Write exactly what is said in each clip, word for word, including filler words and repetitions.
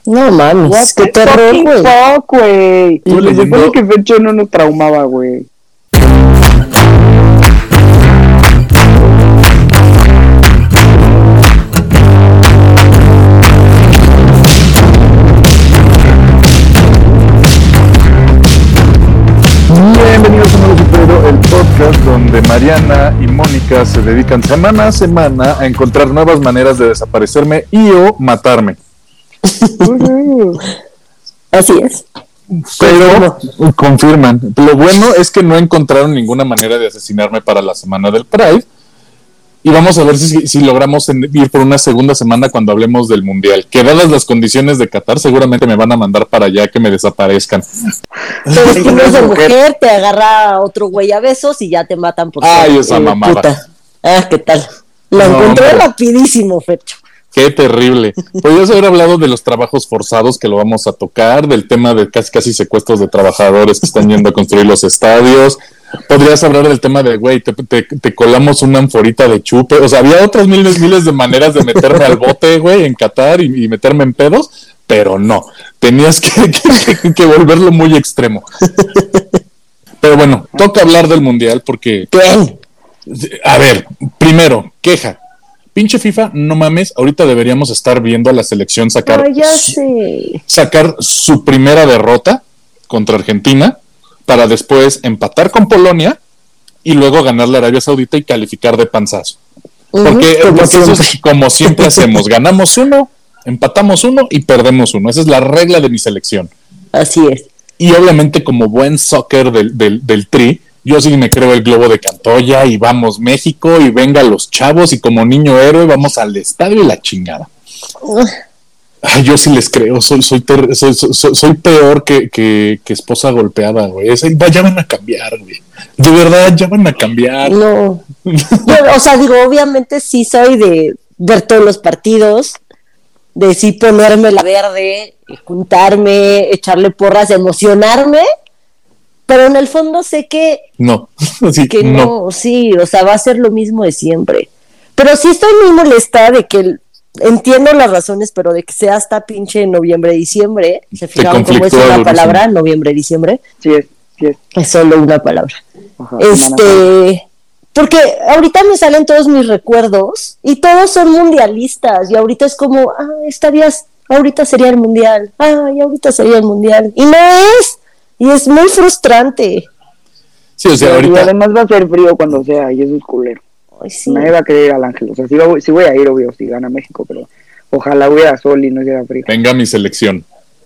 No mames, qué terror, güey. Fuck, güey. Tú Se leyendo... supone que Fercho no nos traumaba, güey. Bienvenidos a Nuevo Supero, el podcast donde Mariana y Mónica se dedican semana a semana a encontrar nuevas maneras de desaparecerme y o matarme. Uh-huh. Así es. Pero confirman. Lo bueno es que no encontraron ninguna manera de asesinarme para la semana del Pride. Y vamos a ver si, si logramos ir por una segunda semana cuando hablemos del Mundial. Que dadas las condiciones de Qatar, seguramente me van a mandar para allá que me desaparezcan. Pero es que no es de mujer, te agarra a otro güey a besos y ya te matan por Ay, esa eh, mamada. Puta. Ah, ¿qué tal? Lo no, encontré hombre. rapidísimo, Fercho. Qué terrible. Podrías haber hablado de los trabajos forzados que lo vamos a tocar, del tema de casi casi secuestros de trabajadores que están yendo a construir los estadios. Podrías hablar del tema de, güey, te, te, te colamos una anforita de chupe. O sea, había otras miles, miles de maneras de meterme al bote, güey, en Qatar y, y meterme en pedos, pero no. Tenías que, que, que, que volverlo muy extremo. Pero bueno, toca hablar del Mundial porque... ¿Qué? A ver, primero, queja. Pinche FIFA, no mames, ahorita deberíamos estar viendo a la selección sacar... Oh, ya sé. Sacar su primera derrota contra Argentina, para después empatar con Polonia y luego ganarle a Arabia Saudita y calificar de panzazo. Uh-huh, porque, porque eso es como siempre hacemos, ganamos uno, empatamos uno y perdemos uno. Esa es la regla de mi selección. Así es. Y obviamente como buen soccer del, del, del Tri, yo sí me creo el globo de Cantoya y vamos México y venga los chavos y como niño héroe vamos al estadio y la chingada. Uh. Ay, yo sí les creo, soy soy ter- soy, soy, soy peor que, que, que esposa golpeada, güey. Es, ya van a cambiar, güey. De verdad, ya van a cambiar. No. Bueno, o sea, digo, obviamente sí soy de ver todos los partidos, de sí ponerme la verde, juntarme, echarle porras, emocionarme, pero en el fondo sé que... No, sí, que no, no, sí, o sea, va a ser lo mismo de siempre. Pero sí estoy muy molesta de que... El, entiendo las razones, pero de que sea hasta pinche noviembre, diciembre, ¿se fijaron cómo es una palabra? Sí. Noviembre, diciembre. Sí es, sí es. Es solo una palabra. Ajá, este, porque ahorita me salen todos mis recuerdos y todos son mundialistas y ahorita es como, ah, estarías, ahorita sería el mundial, ah, y ahorita sería el mundial. Y no es, y es muy frustrante. Sí, o sea, ahorita... Y además va a ser frío cuando sea, y eso es culero. Ay, sí. Nadie va a querer ir al Ángel, o sea, sí, va, sí voy a ir, obvio, si gana México, pero ojalá hubiera sol y no hiciera frío. Venga mi selección.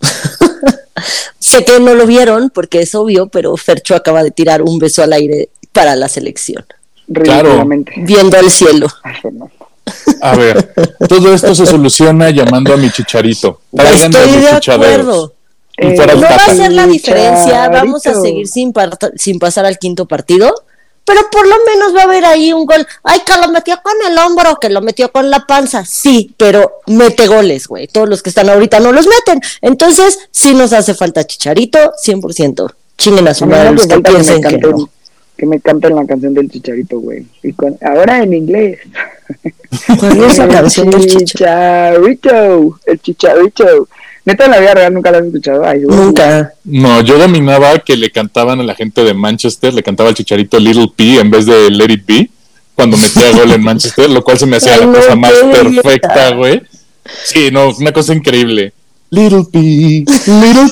Sé que no lo vieron porque es obvio, pero Fercho acaba de tirar un beso al aire para la selección. Claro. Viendo al cielo. Ay, no. A ver, todo esto se soluciona llamando a mi chicharito. Estoy de acuerdo. Eh, no va a ser la diferencia, vamos a seguir sin, par- sin pasar al quinto partido. Pero por lo menos va a haber ahí un gol. Ay, que lo metió con el hombro, que lo metió con la panza. Sí, pero mete goles, güey. Todos los que están ahorita no los meten. Entonces, sí nos hace falta Chicharito, cien por ciento. Chinguen a su madre los que piensen que, que no. Que me canten la canción del Chicharito, güey. Y con, ahora en inglés. ¿Cuál es la canción del Chicharito? El Chicharito. Neta, en la vida real nunca la has escuchado. Ay, nunca. No, yo dominaba que le cantaban a la gente de Manchester, le cantaba al Chicharito Little P en vez de Let It Be, cuando metía gol en Manchester, lo cual se me hacía Ay, la no, cosa más perfecta, güey. Sí, no, una cosa increíble. Little P, Little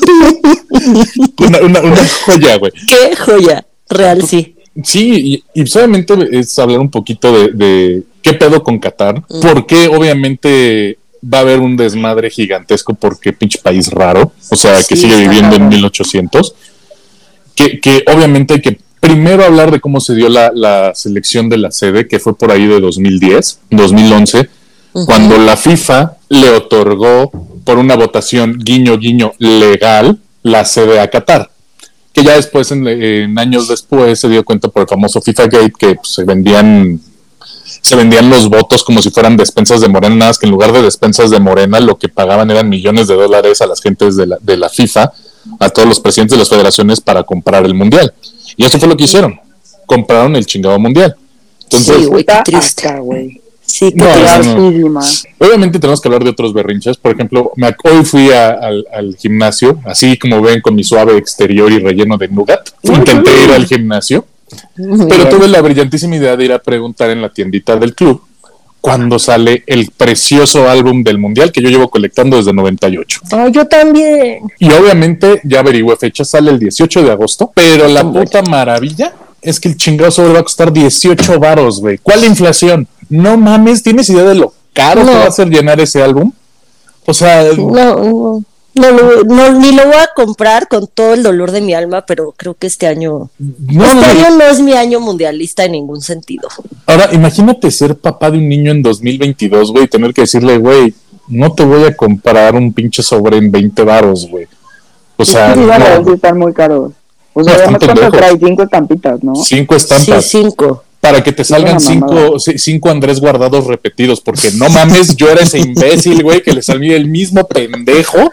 P. una, una, una joya, güey. Qué joya, real, sí. Sí, y, y solamente es hablar un poquito de, de qué pedo con Qatar, mm. porque obviamente... va a haber un desmadre gigantesco porque pinche país raro, o sea, sí, que sigue viviendo raro. En mil ochocientos, que, que obviamente hay que primero hablar de cómo se dio la, la selección de la sede, que fue por ahí de dos mil diez, dos mil once, uh-huh. cuando la FIFA le otorgó por una votación guiño guiño legal la sede a Qatar, que ya después, en, en años después, se dio cuenta por el famoso FIFA Gate que pues, se vendían... se vendían los votos como si fueran despensas de Morena, nada más que en lugar de despensas de Morena lo que pagaban eran millones de dólares a las gentes de la, de la FIFA, a todos los presidentes de las federaciones para comprar el mundial. Y eso fue lo que hicieron, compraron el chingado mundial. Entonces, sí, güey, qué triste. Acá, güey. Sí, que No, te no, no. Obviamente tenemos que hablar de otros berrinches. Por ejemplo, me, hoy fui a, al, al gimnasio, así como ven, con mi suave exterior y relleno de nougat. Intenté ir al gimnasio, pero tuve la brillantísima idea de ir a preguntar en la tiendita del club cuándo sale el precioso álbum del Mundial que yo llevo colectando desde noventa y ocho. Oh, yo también. Y obviamente, ya averigüé fecha, sale el dieciocho de agosto, pero la puta maravilla es que el chingado sobre va a costar dieciocho varos, güey. ¿Cuál inflación? No mames, ¿tienes idea de lo caro no. que va a ser llenar ese álbum? O sea... No, no, no, no, ni lo voy a comprar con todo el dolor de mi alma, pero creo que este año... No, este no, año no es mi año mundialista en ningún sentido. Ahora, imagínate ser papá de un niño en dos mil veintidós, güey, y tener que decirle, güey, no te voy a comprar un pinche sobre en veinte varos, güey. O sea... Sí, sí, vale, no, están muy caros. O sea, además cuánto trae, cinco estampitas, ¿no? Cinco estampas. Sí, cinco. Para que te salgan cinco, cinco Andrés Guardados repetidos, porque no mames, yo era ese imbécil, güey, que le salía el mismo pendejo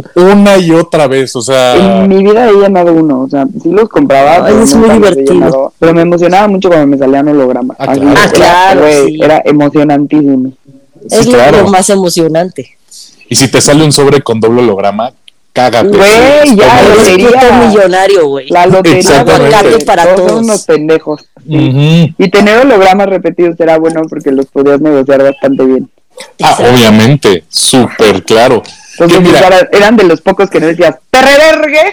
una y otra vez, o sea... En mi vida he llenado uno, o sea, sí los compraba, Ay, es muy divertido. Llenado, pero me emocionaba mucho cuando me salían hologramas. Ah, claro, ah, claro era, sí. era emocionantísimo. Es sí, claro. lo más emocionante. Y si te sale un sobre con doble holograma, cágate. Güey, ya, la lotería millonario, güey. La lotería para todos. Son unos pendejos. Sí. Uh-huh. Y tener hologramas repetidos era bueno porque los podías negociar bastante bien. Ah, obviamente, súper claro. Entonces, mira, era, eran de los pocos que no decías, ¡te revergue!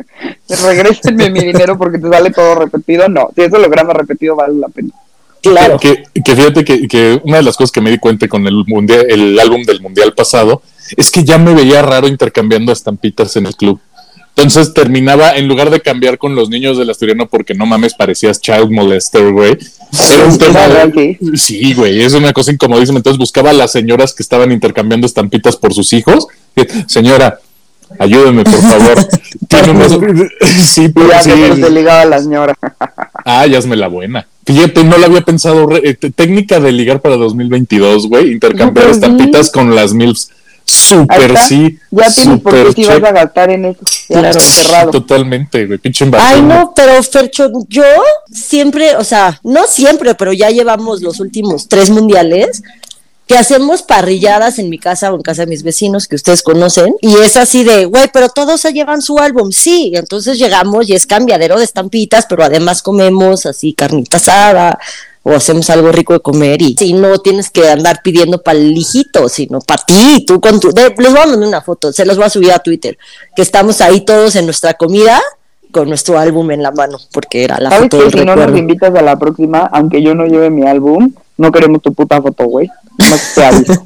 Regrésenme mi dinero porque te sale todo repetido. No, si es holograma repetido vale la pena. Claro. Que, que fíjate que, que una de las cosas que me di cuenta con el mundial, el álbum del mundial pasado, es que ya me veía raro intercambiando estampitas en el club. Entonces terminaba, en lugar de cambiar con los niños del Asturiano, porque no mames, parecías child molester, güey. Era un tema de... Sí, güey, es una cosa incomodísima. Entonces buscaba a las señoras que estaban intercambiando estampitas por sus hijos. Señora, ayúdeme, por favor. Tiene unos... Sí, pero ya sí. se ligaba a la señora. Ah, ya hazme la buena. Fíjate, no la había pensado. Re... Técnica de ligar para dos mil veintidós, güey. Intercambiar no, estampitas sí. con las milfs. Súper sí. Ya tienes por qué si vas a gastar en eso. Claro, cerrado. Totalmente, güey. Pinche invasión. Ay, no, pero Fercho, yo siempre, o sea, no siempre, pero ya llevamos los últimos tres mundiales que hacemos parrilladas en mi casa o en casa de mis vecinos que ustedes conocen. Y es así de, güey, pero todos se llevan su álbum. Sí, entonces llegamos y es cambiadero de estampitas, pero además comemos así carnita asada o hacemos algo rico de comer y si no tienes que andar pidiendo para el hijito, sino para ti, tú con tu... De, les voy a mandar una foto, se los voy a subir a Twitter, que estamos ahí todos en nuestra comida con nuestro álbum en la mano, porque era la foto del si recuerdo. No nos invitas a la próxima, aunque yo no lleve mi álbum, no queremos tu puta foto, güey. No te aviso.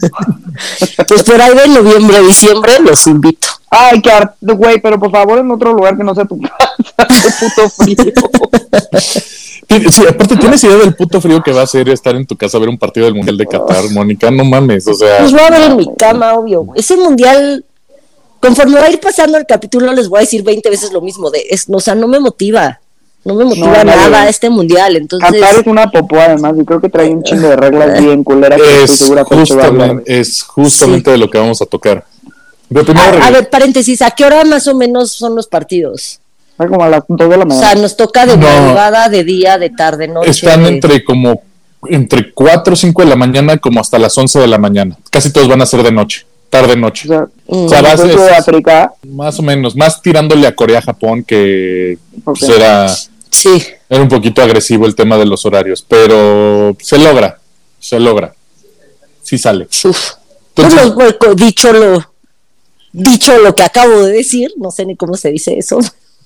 Pues por ahí de noviembre, diciembre los invito. Ay, qué art... güey, pero por favor en otro lugar que no sea tu casa, qué puto frío. Sí, aparte, ¿tienes idea del puto frío que va a ser estar en tu casa a ver un partido del Mundial de Qatar, Mónica? No mames, o sea... Pues voy a ver en mi cama, obvio. Ese Mundial, conforme va a ir pasando el capítulo, les voy a decir veinte veces lo mismo. De, es, o sea, no me motiva. No me motiva no, nada no, este Mundial, entonces... Qatar es una popó, además, y creo que trae un chingo de reglas bien culeras. Es, que segura justamente, es justamente sí. de lo que vamos a tocar. A, a ver, paréntesis, ¿a qué hora más o menos son los partidos? Como a las dos de la mañana. O sea, nos toca de no, madrugada, de día, de tarde, noche. Están de... entre como entre cuatro o cinco de la mañana como hasta las once de la mañana. Casi todos van a ser de noche, tarde noche. O sea, o sea vas de África. Más o menos, más tirándole a Corea, Japón, que okay. pues era, sí. era un poquito agresivo el tema de los horarios, pero se logra, se logra. Sí sale. Uf. Entonces, pues lo, dicho lo dicho lo que acabo de decir, no sé ni cómo se dice eso.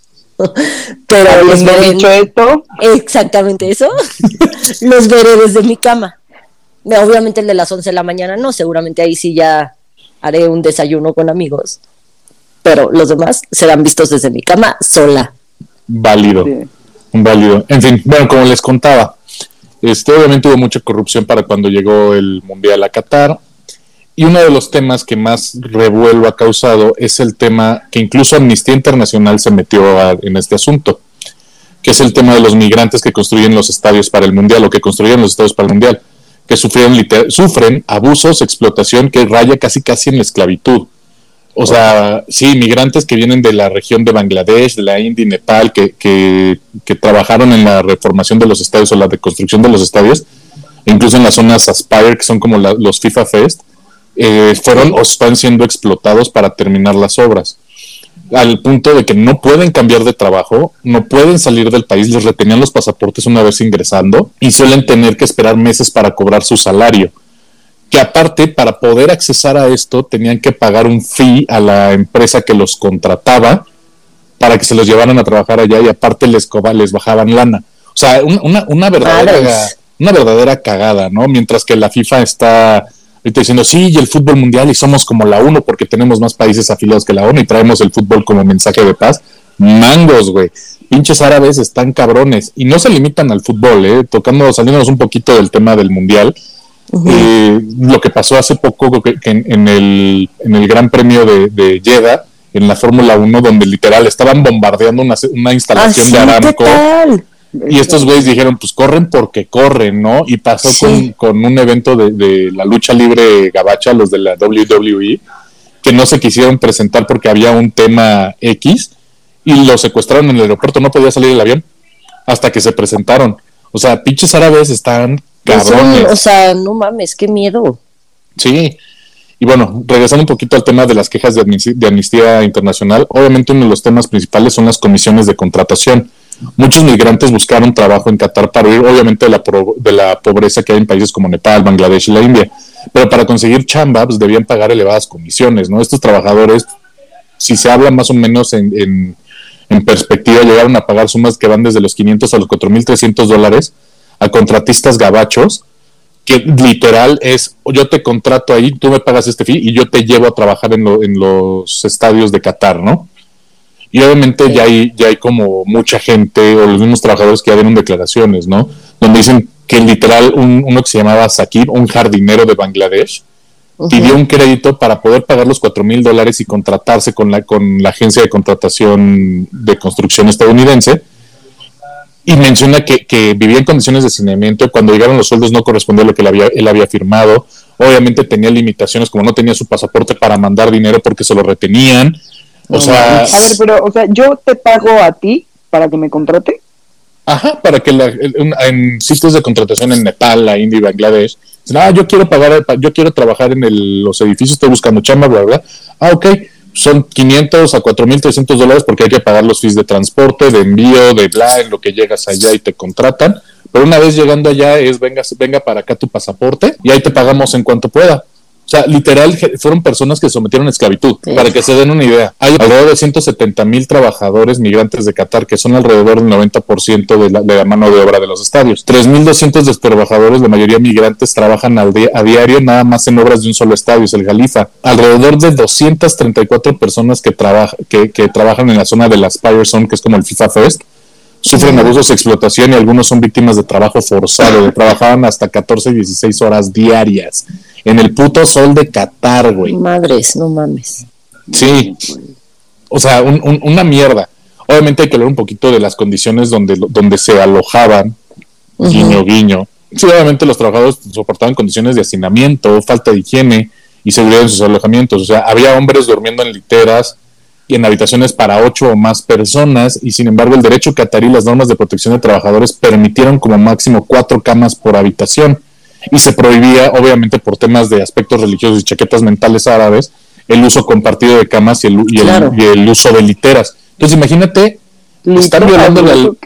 Pero los veré dicho esto exactamente eso los veré desde mi cama. Obviamente el de las once de la mañana no, seguramente ahí sí ya haré un desayuno con amigos, pero los demás serán vistos desde mi cama sola. Válido, sí. válido. En fin, bueno, como les contaba, este obviamente hubo mucha corrupción para cuando llegó el Mundial a Qatar. Y uno de los temas que más revuelo ha causado es el tema que incluso Amnistía Internacional se metió a, en este asunto, que es el tema de los migrantes que construyen los estadios para el Mundial o que construyen los estadios para el Mundial, que sufrieron liter- sufren abusos, explotación que raya casi casi en la esclavitud. O sea, sí, migrantes que vienen de la región de Bangladesh, de la India y Nepal, que, que, que trabajaron en la reformación de los estadios o la deconstrucción de los estadios, incluso en las zonas Aspire, que son como la, los FIFA Fest, eh, fueron o están siendo explotados para terminar las obras, al punto de que no pueden cambiar de trabajo, no pueden salir del país, les retenían los pasaportes una vez ingresando y suelen tener que esperar meses para cobrar su salario, que aparte para poder accesar a esto tenían que pagar un fee a la empresa que los contrataba para que se los llevaran a trabajar allá y aparte les, les bajaban lana. O sea, una, una, una, verdadera, una verdadera cagada, ¿no? Mientras que la FIFA está ahorita diciendo, sí, y el fútbol mundial y somos como la ONU porque tenemos más países afiliados que la ONU y traemos el fútbol como mensaje de paz. Mangos, güey. Pinches árabes están cabrones. Y no se limitan al fútbol, ¿eh? Tocando, saliéndonos un poquito del tema del mundial. Uh-huh. Eh, lo que pasó hace poco que, que en, en, el, en el Gran Premio de, de Jeddah, en la Fórmula uno, donde literal estaban bombardeando una, una instalación de Aramco. Y estos güeyes dijeron, pues corren porque corren, ¿no? Y pasó sí. con, con un evento de, de la lucha libre gabacha, los de la doble u doble u E, que no se quisieron presentar porque había un tema X, y los secuestraron en el aeropuerto, no podía salir el avión, hasta que se presentaron. O sea, pinches árabes están cabrones. Eso, o sea, no mames, qué miedo. Sí. Y bueno, regresando un poquito al tema de las quejas de, Amnistía, de Amnistía Internacional, obviamente uno de los temas principales son las comisiones de contratación. Muchos migrantes buscaron trabajo en Qatar para huir, obviamente, de la, pro, de la pobreza que hay en países como Nepal, Bangladesh y la India. Pero para conseguir chamba, pues, debían pagar elevadas comisiones, ¿no? Estos trabajadores, si se habla más o menos en, en, en perspectiva, llegaron a pagar sumas que van desde los quinientos a los cuatro mil trescientos dólares a contratistas gabachos, que literal es, yo te contrato ahí, tú me pagas este fee y yo te llevo a trabajar en, lo, en los estadios de Qatar, ¿no? Y obviamente sí. ya hay ya hay como mucha gente o los mismos trabajadores que ya dieron declaraciones, ¿no? Donde dicen que literal un, uno que se llamaba Sakib, un jardinero de Bangladesh, uh-huh. pidió un crédito para poder pagar los cuatro mil dólares y contratarse con la, con la agencia de contratación de construcción estadounidense. Y menciona que, que vivía en condiciones de hacinamiento. Cuando llegaron los sueldos no correspondía a lo que él había, él había firmado. Obviamente tenía limitaciones, como no tenía su pasaporte para mandar dinero porque se lo retenían. O no, sea... A ver, pero, o sea, yo te pago a ti para que me contrate. Ajá, para que la, en, en sitios de contratación en Nepal, la India y Bangladesh, dicen, ah, yo quiero pagar, yo quiero trabajar en el, los edificios, estoy buscando chamba, bla, bla. Ah, ok. Son quinientos a cuatro mil trescientos dólares porque hay que pagar los fees de transporte, de envío, de bla, en lo que llegas allá y te contratan. Pero una vez llegando allá es, venga, venga para acá tu pasaporte y ahí te pagamos en cuanto pueda. O sea, literal, fueron personas que se sometieron a esclavitud, sí. Para que se den una idea. Hay alrededor de ciento setenta mil trabajadores migrantes de Qatar, que son alrededor del noventa por ciento de la, de la mano de obra de los estadios. tres mil doscientos de los trabajadores, la mayoría migrantes, trabajan al di- a diario nada más en obras de un solo estadio, es el Khalifa. Alrededor de doscientas treinta y cuatro personas que, traba- que, que trabajan en la zona de la Aspire Zone, que es como el FIFA Fest, sufren uh-huh. abusos, explotación y algunos son víctimas de trabajo forzado, de trabajaban hasta catorce, dieciséis horas diarias en el puto sol de Qatar, güey. Madres, no mames. Sí, o sea, un, un, una mierda. Obviamente hay que hablar un poquito de las condiciones donde, donde se alojaban, uh-huh. guiño, guiño. Sí, obviamente los trabajadores soportaban condiciones de hacinamiento, falta de higiene y seguridad en sus alojamientos. O sea, había hombres durmiendo en literas y en habitaciones para ocho o más personas, y sin embargo el derecho catarí y las normas de protección de trabajadores permitieron como máximo cuatro camas por habitación, y se prohibía, obviamente por temas de aspectos religiosos y chaquetas mentales árabes, el uso compartido de camas y el, y el, claro. y el uso de literas. Entonces imagínate, están violando la ley.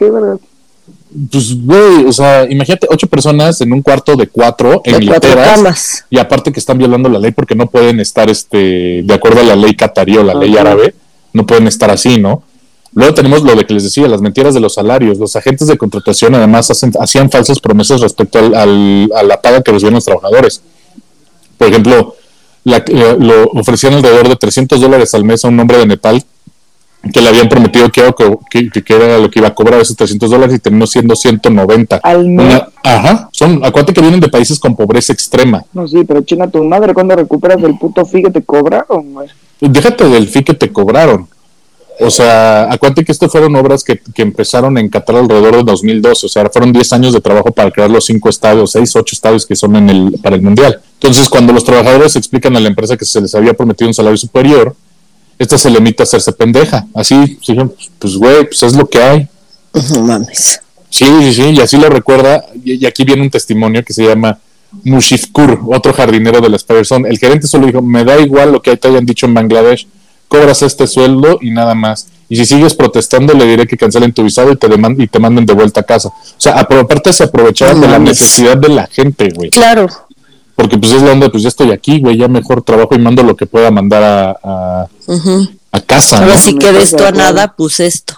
Pues, güey, o sea, imagínate ocho personas en un cuarto de cuatro en de literas, camas. Y aparte que están violando la ley porque no pueden estar, este, de acuerdo a la ley catarí o la okay. ley árabe, no pueden estar así, ¿no? Luego tenemos lo de que les decía, las mentiras de los salarios. Los agentes de contratación además hacen, hacían falsas promesas respecto al, al, a la paga que recibían los trabajadores. Por ejemplo, la, lo ofrecían alrededor de trescientos dólares al mes a un hombre de Nepal que le habían prometido que, que, que, que era lo que iba a cobrar esos trescientos dólares y terminó siendo ciento noventa. Al mes. Una, ajá, son, acuérdate que vienen de países con pobreza extrema. No, sí, pero chinga tu madre, ¿cuándo recuperas el puto fee que te cobraron, güey? Déjate del fee que te cobraron. O sea, acuérdate que estas fueron obras que, que empezaron en Qatar alrededor de dos mil doce. O sea, fueron diez años de trabajo para crear los cinco estadios, seis, ocho estadios que son en el, para el Mundial. Entonces, cuando los trabajadores explican a la empresa que se les había prometido un salario superior, esta se limita a hacerse pendeja. Así, pues, güey, pues es lo que hay. No mames. Sí, sí, sí, y así lo recuerda, y, y aquí viene un testimonio que se llama Mushifkur, otro jardinero de las Patterson. El gerente solo dijo, me da igual lo que te hayan dicho en Bangladesh, cobras este sueldo y nada más. Y si sigues protestando, le diré que cancelen tu visado y te deman- y te manden de vuelta a casa. O sea, aparte se aprovechaban no, de la necesidad de la gente, güey. Claro. Porque pues es la onda, pues ya estoy aquí, güey, ya mejor trabajo y mando lo que pueda mandar a, a, uh-huh. a casa. Ahora ¿no? sí que de esto a nada, pues esto.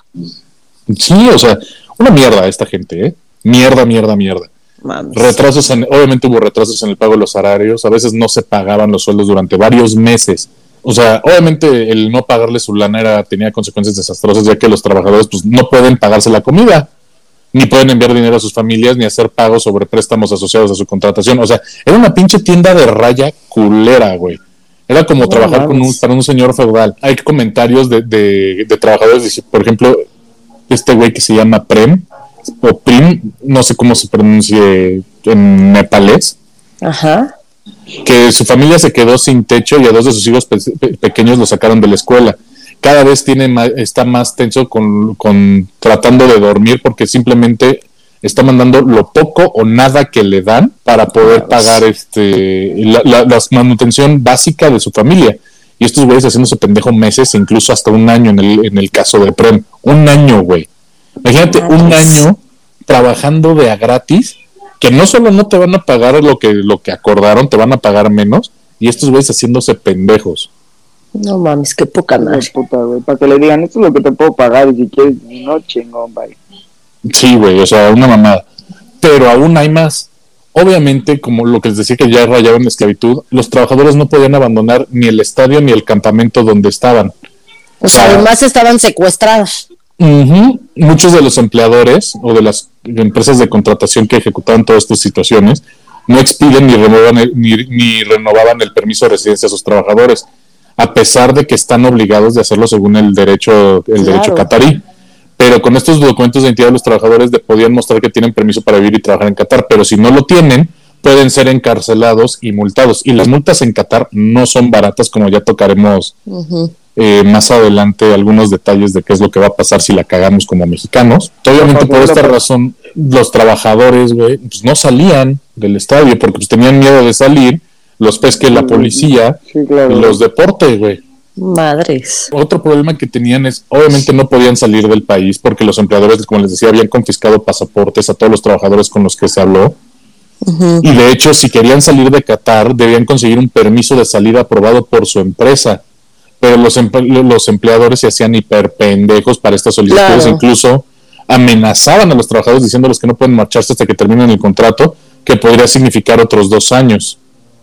Sí, o sea, una mierda esta gente, ¿eh? Mierda, mierda, mierda. Mames. Retrasos, en, obviamente hubo retrasos en el pago de los salarios, a veces no se pagaban los sueldos durante varios meses. O sea, obviamente el no pagarle su lana era, tenía consecuencias desastrosas, ya que los trabajadores pues no pueden pagarse la comida, ni pueden enviar dinero a sus familias, ni hacer pagos sobre préstamos asociados a su contratación. O sea, era una pinche tienda de raya culera, güey. Era como no, trabajar con un, para un señor feudal. Hay comentarios de, de, de trabajadores, por ejemplo, este güey que se llama Prem, o Prim, no sé cómo se pronuncie en nepalés. Ajá. Que su familia se quedó sin techo y a dos de sus hijos pe- pe- pequeños lo sacaron de la escuela. Cada vez tiene más, está más tenso con, con tratando de dormir porque simplemente está mandando lo poco o nada que le dan para poder pagar este la, la, la manutención básica de su familia. Y estos güeyes haciéndose pendejo meses, incluso hasta un año en el, en el caso de Prem. Un año, güey. Imagínate, un año trabajando de a gratis, que no solo no te van a pagar lo que, lo que acordaron, te van a pagar menos, y estos güeyes haciéndose pendejos. No mames, qué poca madre. Puta, güey, para que le digan, esto es lo que te puedo pagar, y si quieres, no, chingón, bye. Sí, güey, o sea, una mamada. Pero aún hay más. Obviamente, como lo que les decía que ya rayaban la esclavitud, los trabajadores no podían abandonar ni el estadio ni el campamento donde estaban. O sea, además estaban secuestrados. Uh-huh. Muchos de los empleadores o de las empresas de contratación que ejecutaban todas estas situaciones no expiden ni renovaban el, ni, ni renovaban el permiso de residencia a sus trabajadores, a pesar de que están obligados de hacerlo según el derecho el claro. derecho catarí. Pero con estos documentos de identidad de los trabajadores de, podían mostrar que tienen permiso para vivir y trabajar en Qatar, pero si no lo tienen, pueden ser encarcelados y multados. Y las multas en Qatar no son baratas, como ya tocaremos uh-huh. eh, más adelante algunos detalles de qué es lo que va a pasar si la cagamos como mexicanos. Obviamente por esta razón los trabajadores, güey, pues no salían del estadio porque pues, tenían miedo de salir, los pesque la policía sí, claro. y los deporte, güey. Madres. Otro problema que tenían es, obviamente no podían salir del país porque los empleadores, como les decía, habían confiscado pasaportes a todos los trabajadores con los que se habló. Uh-huh. Y de hecho, si querían salir de Qatar, debían conseguir un permiso de salida aprobado por su empresa. Pero los, emple- los empleadores se hacían hiperpendejos para estas solicitudes, claro. Incluso amenazaban a los trabajadores diciéndoles que no pueden marcharse hasta que terminen el contrato, que podría significar otros dos años.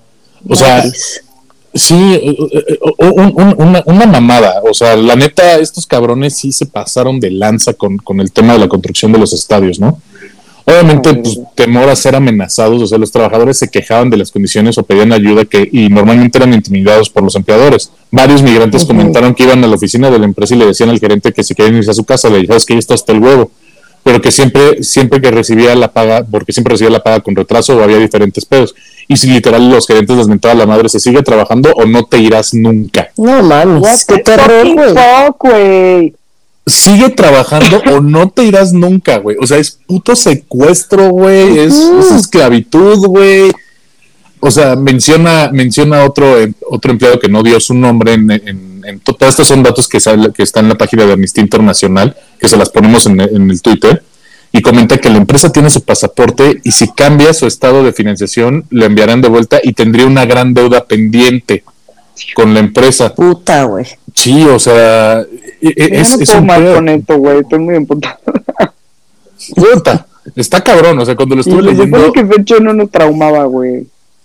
O sea, sí, un, un, una, una mamada. O sea, la neta, estos cabrones sí se pasaron de lanza con, con el tema de la construcción de los estadios, ¿no? Obviamente, pues, temor a ser amenazados, o sea, los trabajadores se quejaban de las condiciones o pedían ayuda que y normalmente eran intimidados por los empleadores. Varios migrantes uh-huh. comentaron que iban a la oficina de la empresa y le decían al gerente que si querían irse a su casa, le dijeron, es que ya está hasta el huevo. Pero que siempre, siempre que recibía la paga, porque siempre recibía la paga con retraso o había diferentes pedos. Y si literal los gerentes les mentaban a la madre, ¿se sigue trabajando o no te irás nunca? No mames, qué terror, güey. Sigue trabajando o no te irás nunca, güey. O sea, es puto secuestro, güey. Uh-huh. Es, es esclavitud, güey. O sea, menciona menciona otro eh, otro empleado que no dio su nombre en, en, en todos estos son datos que, sale, que están en la página de Amnistía Internacional, que se las ponemos en, en el Twitter, y comenta que la empresa tiene su pasaporte y si cambia su estado de financiación, le enviarán de vuelta y tendría una gran deuda pendiente con la empresa. Puta, güey. Sí, o sea, es, no es un mal con esto, güey, estoy muy emputado. Puta, está cabrón, o sea, cuando lo estuve y leyendo... Se supone que Fecho no nos traumaba, güey.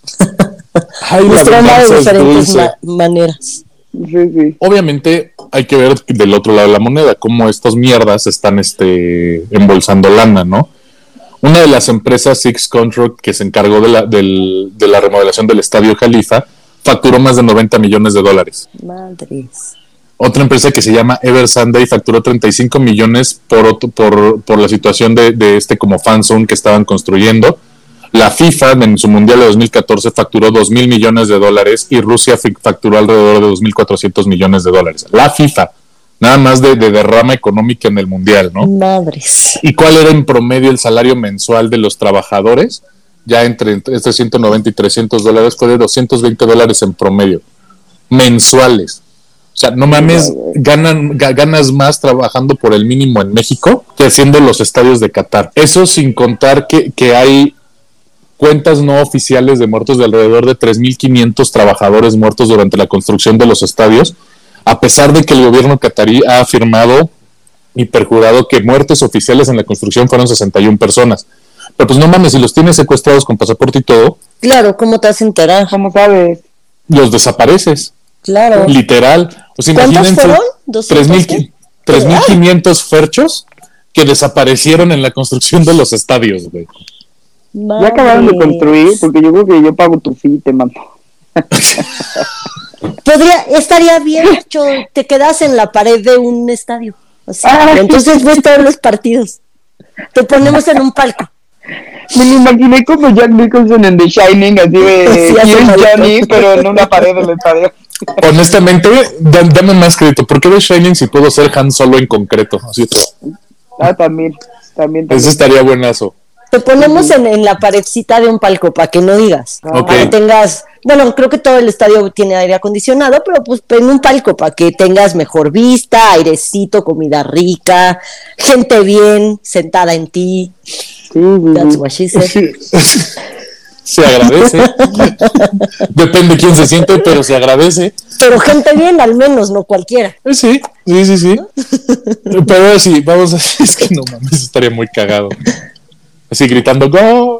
Ay, nos traumaba de diferentes ma- maneras. Sí, sí. Obviamente hay que ver del otro lado de la moneda cómo estas mierdas están este, embolsando lana, ¿no? Una de las empresas, Six Contract, que se encargó de la, del, de la remodelación del Estadio Jalifa, facturó más de noventa millones de dólares. Madres. Otra empresa que se llama Ever Sunday facturó treinta y cinco millones por, otro, por, por la situación de, de este como fan zone que estaban construyendo. La FIFA en su Mundial de dos mil catorce facturó dos mil millones de dólares y Rusia facturó alrededor de dos mil cuatrocientos millones de dólares. La FIFA, nada más de, de derrama económica en el mundial, ¿no? Madres. ¿Y cuál era en promedio el salario mensual de los trabajadores? Ya entre, entre ciento noventa y trescientos dólares, fue de doscientos veinte dólares en promedio, mensuales. O sea, no mames, ganan, ganas más trabajando por el mínimo en México que haciendo los estadios de Qatar. Eso sin contar que, que hay cuentas no oficiales de muertos de alrededor de tres mil quinientos trabajadores muertos durante la construcción de los estadios, a pesar de que el gobierno catarí ha afirmado y perjurado que muertes oficiales en la construcción fueron sesenta y una personas. Pero pues no mames, si los tienes secuestrados con pasaporte y todo. Claro, ¿cómo te vas a enterar? ¿Cómo sabes? Los desapareces. Claro. Literal. O sea, ¿cuántos fueron? tres mil quinientos ferchos que desaparecieron en la construcción de los estadios, güey. Ya acabaron de construir, porque yo creo que yo pago tu fee, te mando. Podría, estaría bien hecho, te quedas en la pared de un estadio. O sea, entonces ves todos los partidos. Te ponemos en un palco. Me lo imaginé como Jack Nicholson en The Shining, así de Sí, Here's Johnny, pero en una pared del estadio. Honestamente, dame más crédito. ¿Por qué The Shining si puedo ser Han Solo en concreto? Así. Ah, también, también, también. Eso estaría buenazo. Te ponemos en, en la paredcita de un palco para que no digas. Okay. Para que tengas, bueno, creo que todo el estadio tiene aire acondicionado, pero pues en un palco para que tengas mejor vista, airecito, comida rica, gente bien sentada en ti. Sí, sí, That's what she said. Se agradece. Depende quién se siente, pero se agradece. Pero gente bien, al menos, no cualquiera. Sí, sí, sí, sí. Pero sí, vamos a... Es que no mames, estaría muy cagado. Así gritando ¡Go!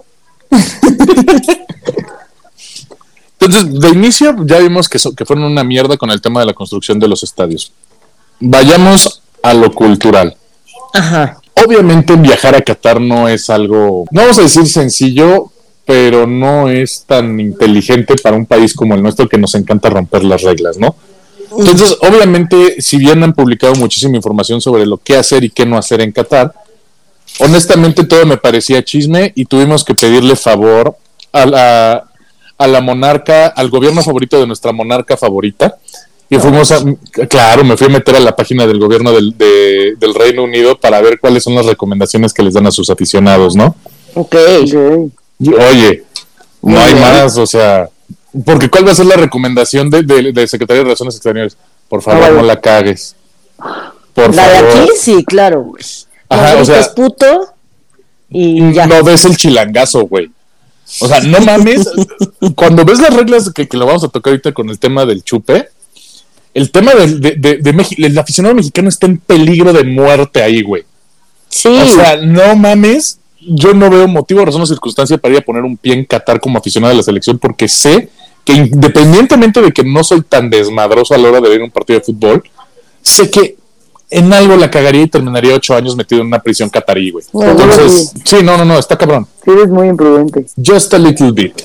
Entonces, de inicio ya vimos que, so, que fueron una mierda con el tema de la construcción de los estadios. Vayamos a lo cultural. Ajá. Obviamente viajar a Qatar no es algo, no vamos a decir sencillo, pero no es tan inteligente para un país como el nuestro que nos encanta romper las reglas, ¿no? Entonces, obviamente, si bien han publicado muchísima información sobre lo que hacer y qué no hacer en Qatar, honestamente todo me parecía chisme y tuvimos que pedirle favor a la, a la monarca, al gobierno favorito de nuestra monarca favorita. Y fuimos a, claro, me fui a meter a la página del gobierno del, de, del Reino Unido para ver cuáles son las recomendaciones que les dan a sus aficionados, ¿no? Ok. Y, oye, no hay más, o sea, porque ¿cuál va a ser la recomendación de, de, de Secretaría de Relaciones Exteriores? Por favor, no, no la cagues. Por la favor. de aquí, sí, claro, güey. Ajá, no, o sea, puto y ya. No ves el chilangazo, güey. O sea, no mames. Cuando ves las reglas que, que lo vamos a tocar ahorita con el tema del chupe, el tema de, de, de, de México, el aficionado mexicano está en peligro de muerte ahí, güey. Sí. O sea, no mames. Yo no veo motivo, razón o circunstancia para ir a poner un pie en Qatar como aficionado de la selección, porque sé que independientemente de que no soy tan desmadroso a la hora de ver un partido de fútbol, sé que en algo la cagaría y terminaría ocho años metido en una prisión catarí, güey. Bueno, Entonces, sí. sí, no, no, no, está cabrón. Sí, eres muy imprudente. Just a little bit.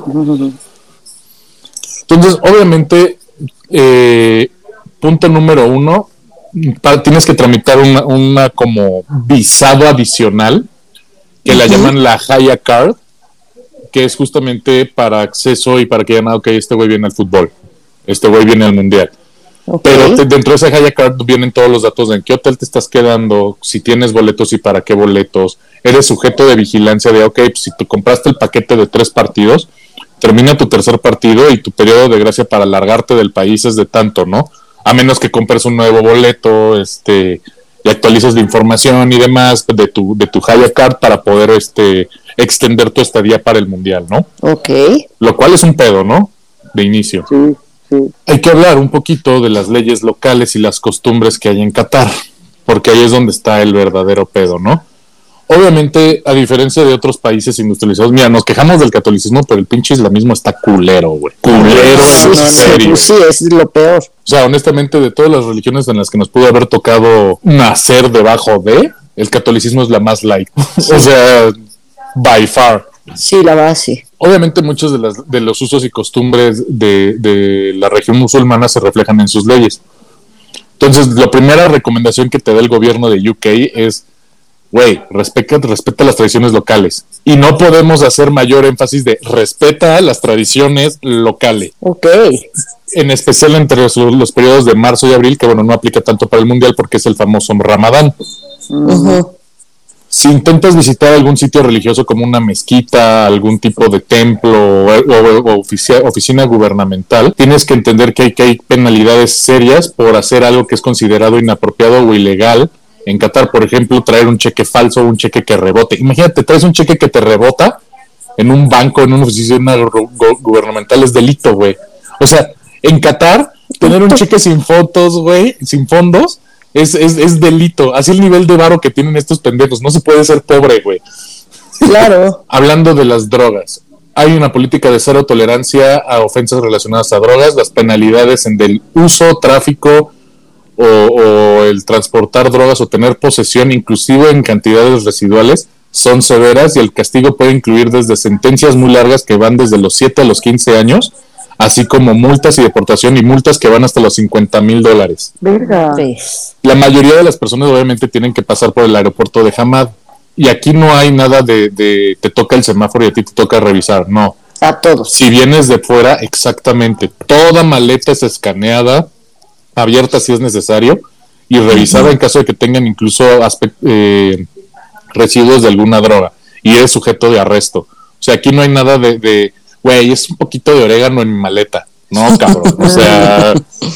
Entonces, obviamente, eh, punto número uno, para, tienes que tramitar una, una como visado adicional, que uh-huh. la llaman la Haya Card, que es justamente para acceso y para que digan, ah, ok, este güey viene al fútbol, este güey viene al mundial. Okay. Pero te, dentro de esa Haya Card vienen todos los datos de en qué hotel te estás quedando, si tienes boletos y para qué boletos, eres sujeto de vigilancia de, ok, pues si tú compraste el paquete de tres partidos, termina tu tercer partido y tu periodo de gracia para largarte del país es de tanto, ¿no? A menos que compres un nuevo boleto, este... y actualices la información y demás de tu de tu Haya Card para poder este extender tu estadía para el mundial, ¿no? Ok. Lo cual es un pedo, ¿no? De inicio. Sí, sí. Hay que hablar un poquito de las leyes locales y las costumbres que hay en Qatar, porque ahí es donde está el verdadero pedo, ¿no? Obviamente, a diferencia de otros países industrializados, mira, nos quejamos del catolicismo, pero el pinche islamismo está culero, güey. Culero, sí, en serio. No, sí, es lo peor. O sea, honestamente, de todas las religiones en las que nos pudo haber tocado nacer debajo de, el catolicismo es la más light. O sea, by far. Sí, la verdad, sí. Obviamente, muchos de, las, de los usos y costumbres de, de la región musulmana se reflejan en sus leyes. Entonces, la primera recomendación que te da el gobierno de U K es, güey, respeta, respeta las tradiciones locales. Y no podemos hacer mayor énfasis de respeta las tradiciones locales. Ok. en especial entre los, los periodos de marzo y abril, que bueno, no aplica tanto para el mundial porque es el famoso Ramadán. Uh-huh. Si intentas visitar algún sitio religioso como una mezquita, algún tipo de templo o, o, o oficia, oficina gubernamental, tienes que entender que hay, que hay penalidades serias por hacer algo que es considerado inapropiado o ilegal. En Qatar, por ejemplo, traer un cheque falso o un cheque que rebote. Imagínate, traes un cheque que te rebota en un banco, en una oficina gu- gubernamental, es delito, güey. O sea, en Qatar, tener un cheque sin fotos, güey, sin fondos, Es, es, es delito. Así el nivel de varo que tienen estos pendejos. No se puede ser pobre, güey. Claro. Hablando de las drogas. Hay una política de cero tolerancia a ofensas relacionadas a drogas. Las penalidades en del uso, tráfico o, o el transportar drogas o tener posesión, inclusive en cantidades residuales, son severas y el castigo puede incluir desde sentencias muy largas que van desde los siete a los quince años, así como multas y deportación y multas que van hasta los cincuenta mil dólares. Verga. La mayoría de las personas obviamente tienen que pasar por el aeropuerto de Hamad y aquí no hay nada de, de te toca el semáforo y a ti te toca revisar, no. A todos. Si vienes de fuera, exactamente, toda maleta es escaneada, abierta si es necesario y revisada uh-huh. en caso de que tengan incluso aspect- eh, residuos de alguna droga y es sujeto de arresto. O sea, aquí no hay nada de... de güey, es un poquito de orégano en mi maleta. No, cabrón. O sea,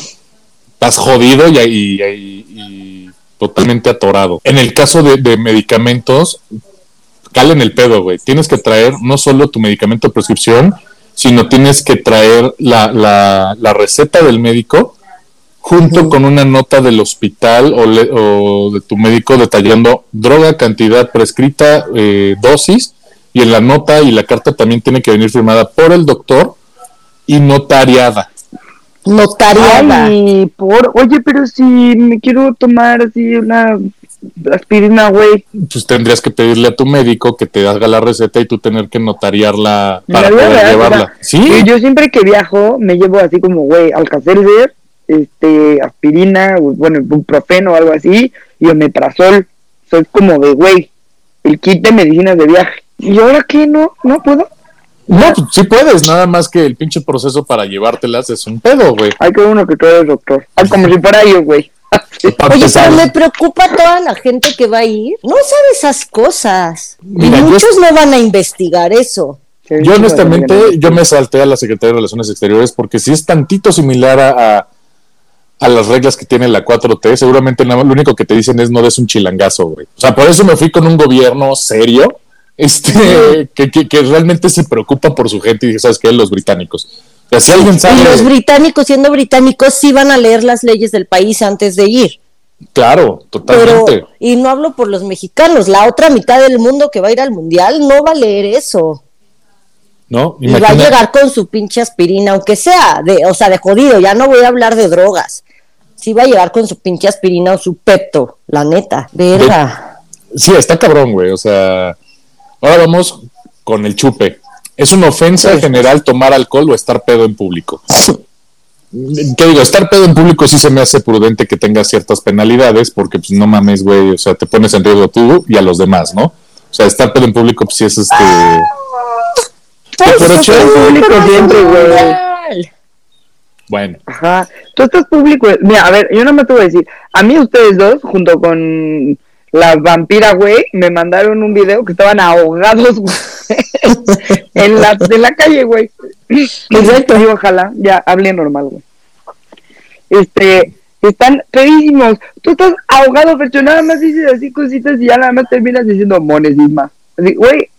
estás jodido y, y, y, y totalmente atorado. En el caso de, de medicamentos, calen el pedo, güey. Tienes que traer no solo tu medicamento de prescripción, sino tienes que traer la, la, la receta del médico junto uh-huh. con una nota del hospital o, le, o de tu médico detallando droga, cantidad prescrita, eh, dosis. Y en la nota y la carta también tiene que venir firmada por el doctor y notariada. Notariada. Ay, por... Oye, pero si me quiero tomar así una aspirina, güey. Pues tendrías que pedirle a tu médico que te haga la receta y tú tener que notariarla para la poder verdad, llevarla. O sea, ¿Sí? Yo siempre que viajo me llevo así como, güey, Alka-Seltzer, este, aspirina, bueno, ibuprofeno o algo así, y omeprazol. Soy como de, güey, el kit de medicinas de viaje. ¿Y ahora qué? ¿No? ¿No puedo? No, pues sí puedes, nada más que el pinche proceso para llevártelas es un pedo, güey. Hay que uno que tú eres doctor. Ah, como si fuera yo, güey. Oye, pero me preocupa toda la gente que va a ir. No sabe esas cosas. Mira, y muchos yo, no van a investigar eso. Yo honestamente, yo me salté a la Secretaría de Relaciones Exteriores porque si es tantito similar a, a, a las reglas que tiene la cuatro T, seguramente nada más, lo único que te dicen es no des un chilangazo, güey. O sea, por eso me fui con un gobierno serio. Este, que, que, que realmente se preocupa por su gente y dije, ¿sabes qué? Los británicos. O sea, si alguien sabe... Y los británicos, siendo británicos, sí van a leer las leyes del país antes de ir. Claro, totalmente. Pero, y no hablo por los mexicanos, la otra mitad del mundo que va a ir al mundial no va a leer eso. No, y imagina... va a llegar con su pinche aspirina, aunque sea, de, o sea, de jodido, ya no voy a hablar de drogas. Sí va a llegar con su pinche aspirina o su Pepto, la neta, verga. De... Sí, está cabrón, güey, o sea... Ahora vamos con el chupe. ¿Es una ofensa en general tomar alcohol o estar pedo en público? ¿Qué digo? Estar pedo en público sí se me hace prudente que tenga ciertas penalidades porque pues no mames, güey, o sea, te pones en riesgo tú y a los demás, ¿no? O sea, estar pedo en público pues sí es este... Pues, pero en público siempre, güey. Bueno. Ajá. Tú estás público. Mira, a ver, yo no me te voy a decir. A mí ustedes dos, junto con... la vampira, güey, me mandaron un video que estaban ahogados, güey, en la, de la calle, güey. Exacto. Y ojalá, ya, hablé normal, güey. Este, están pedísimos. Tú estás ahogado, pero nada más dices así cositas y ya nada más terminas diciendo mones, Isma. Así, güey.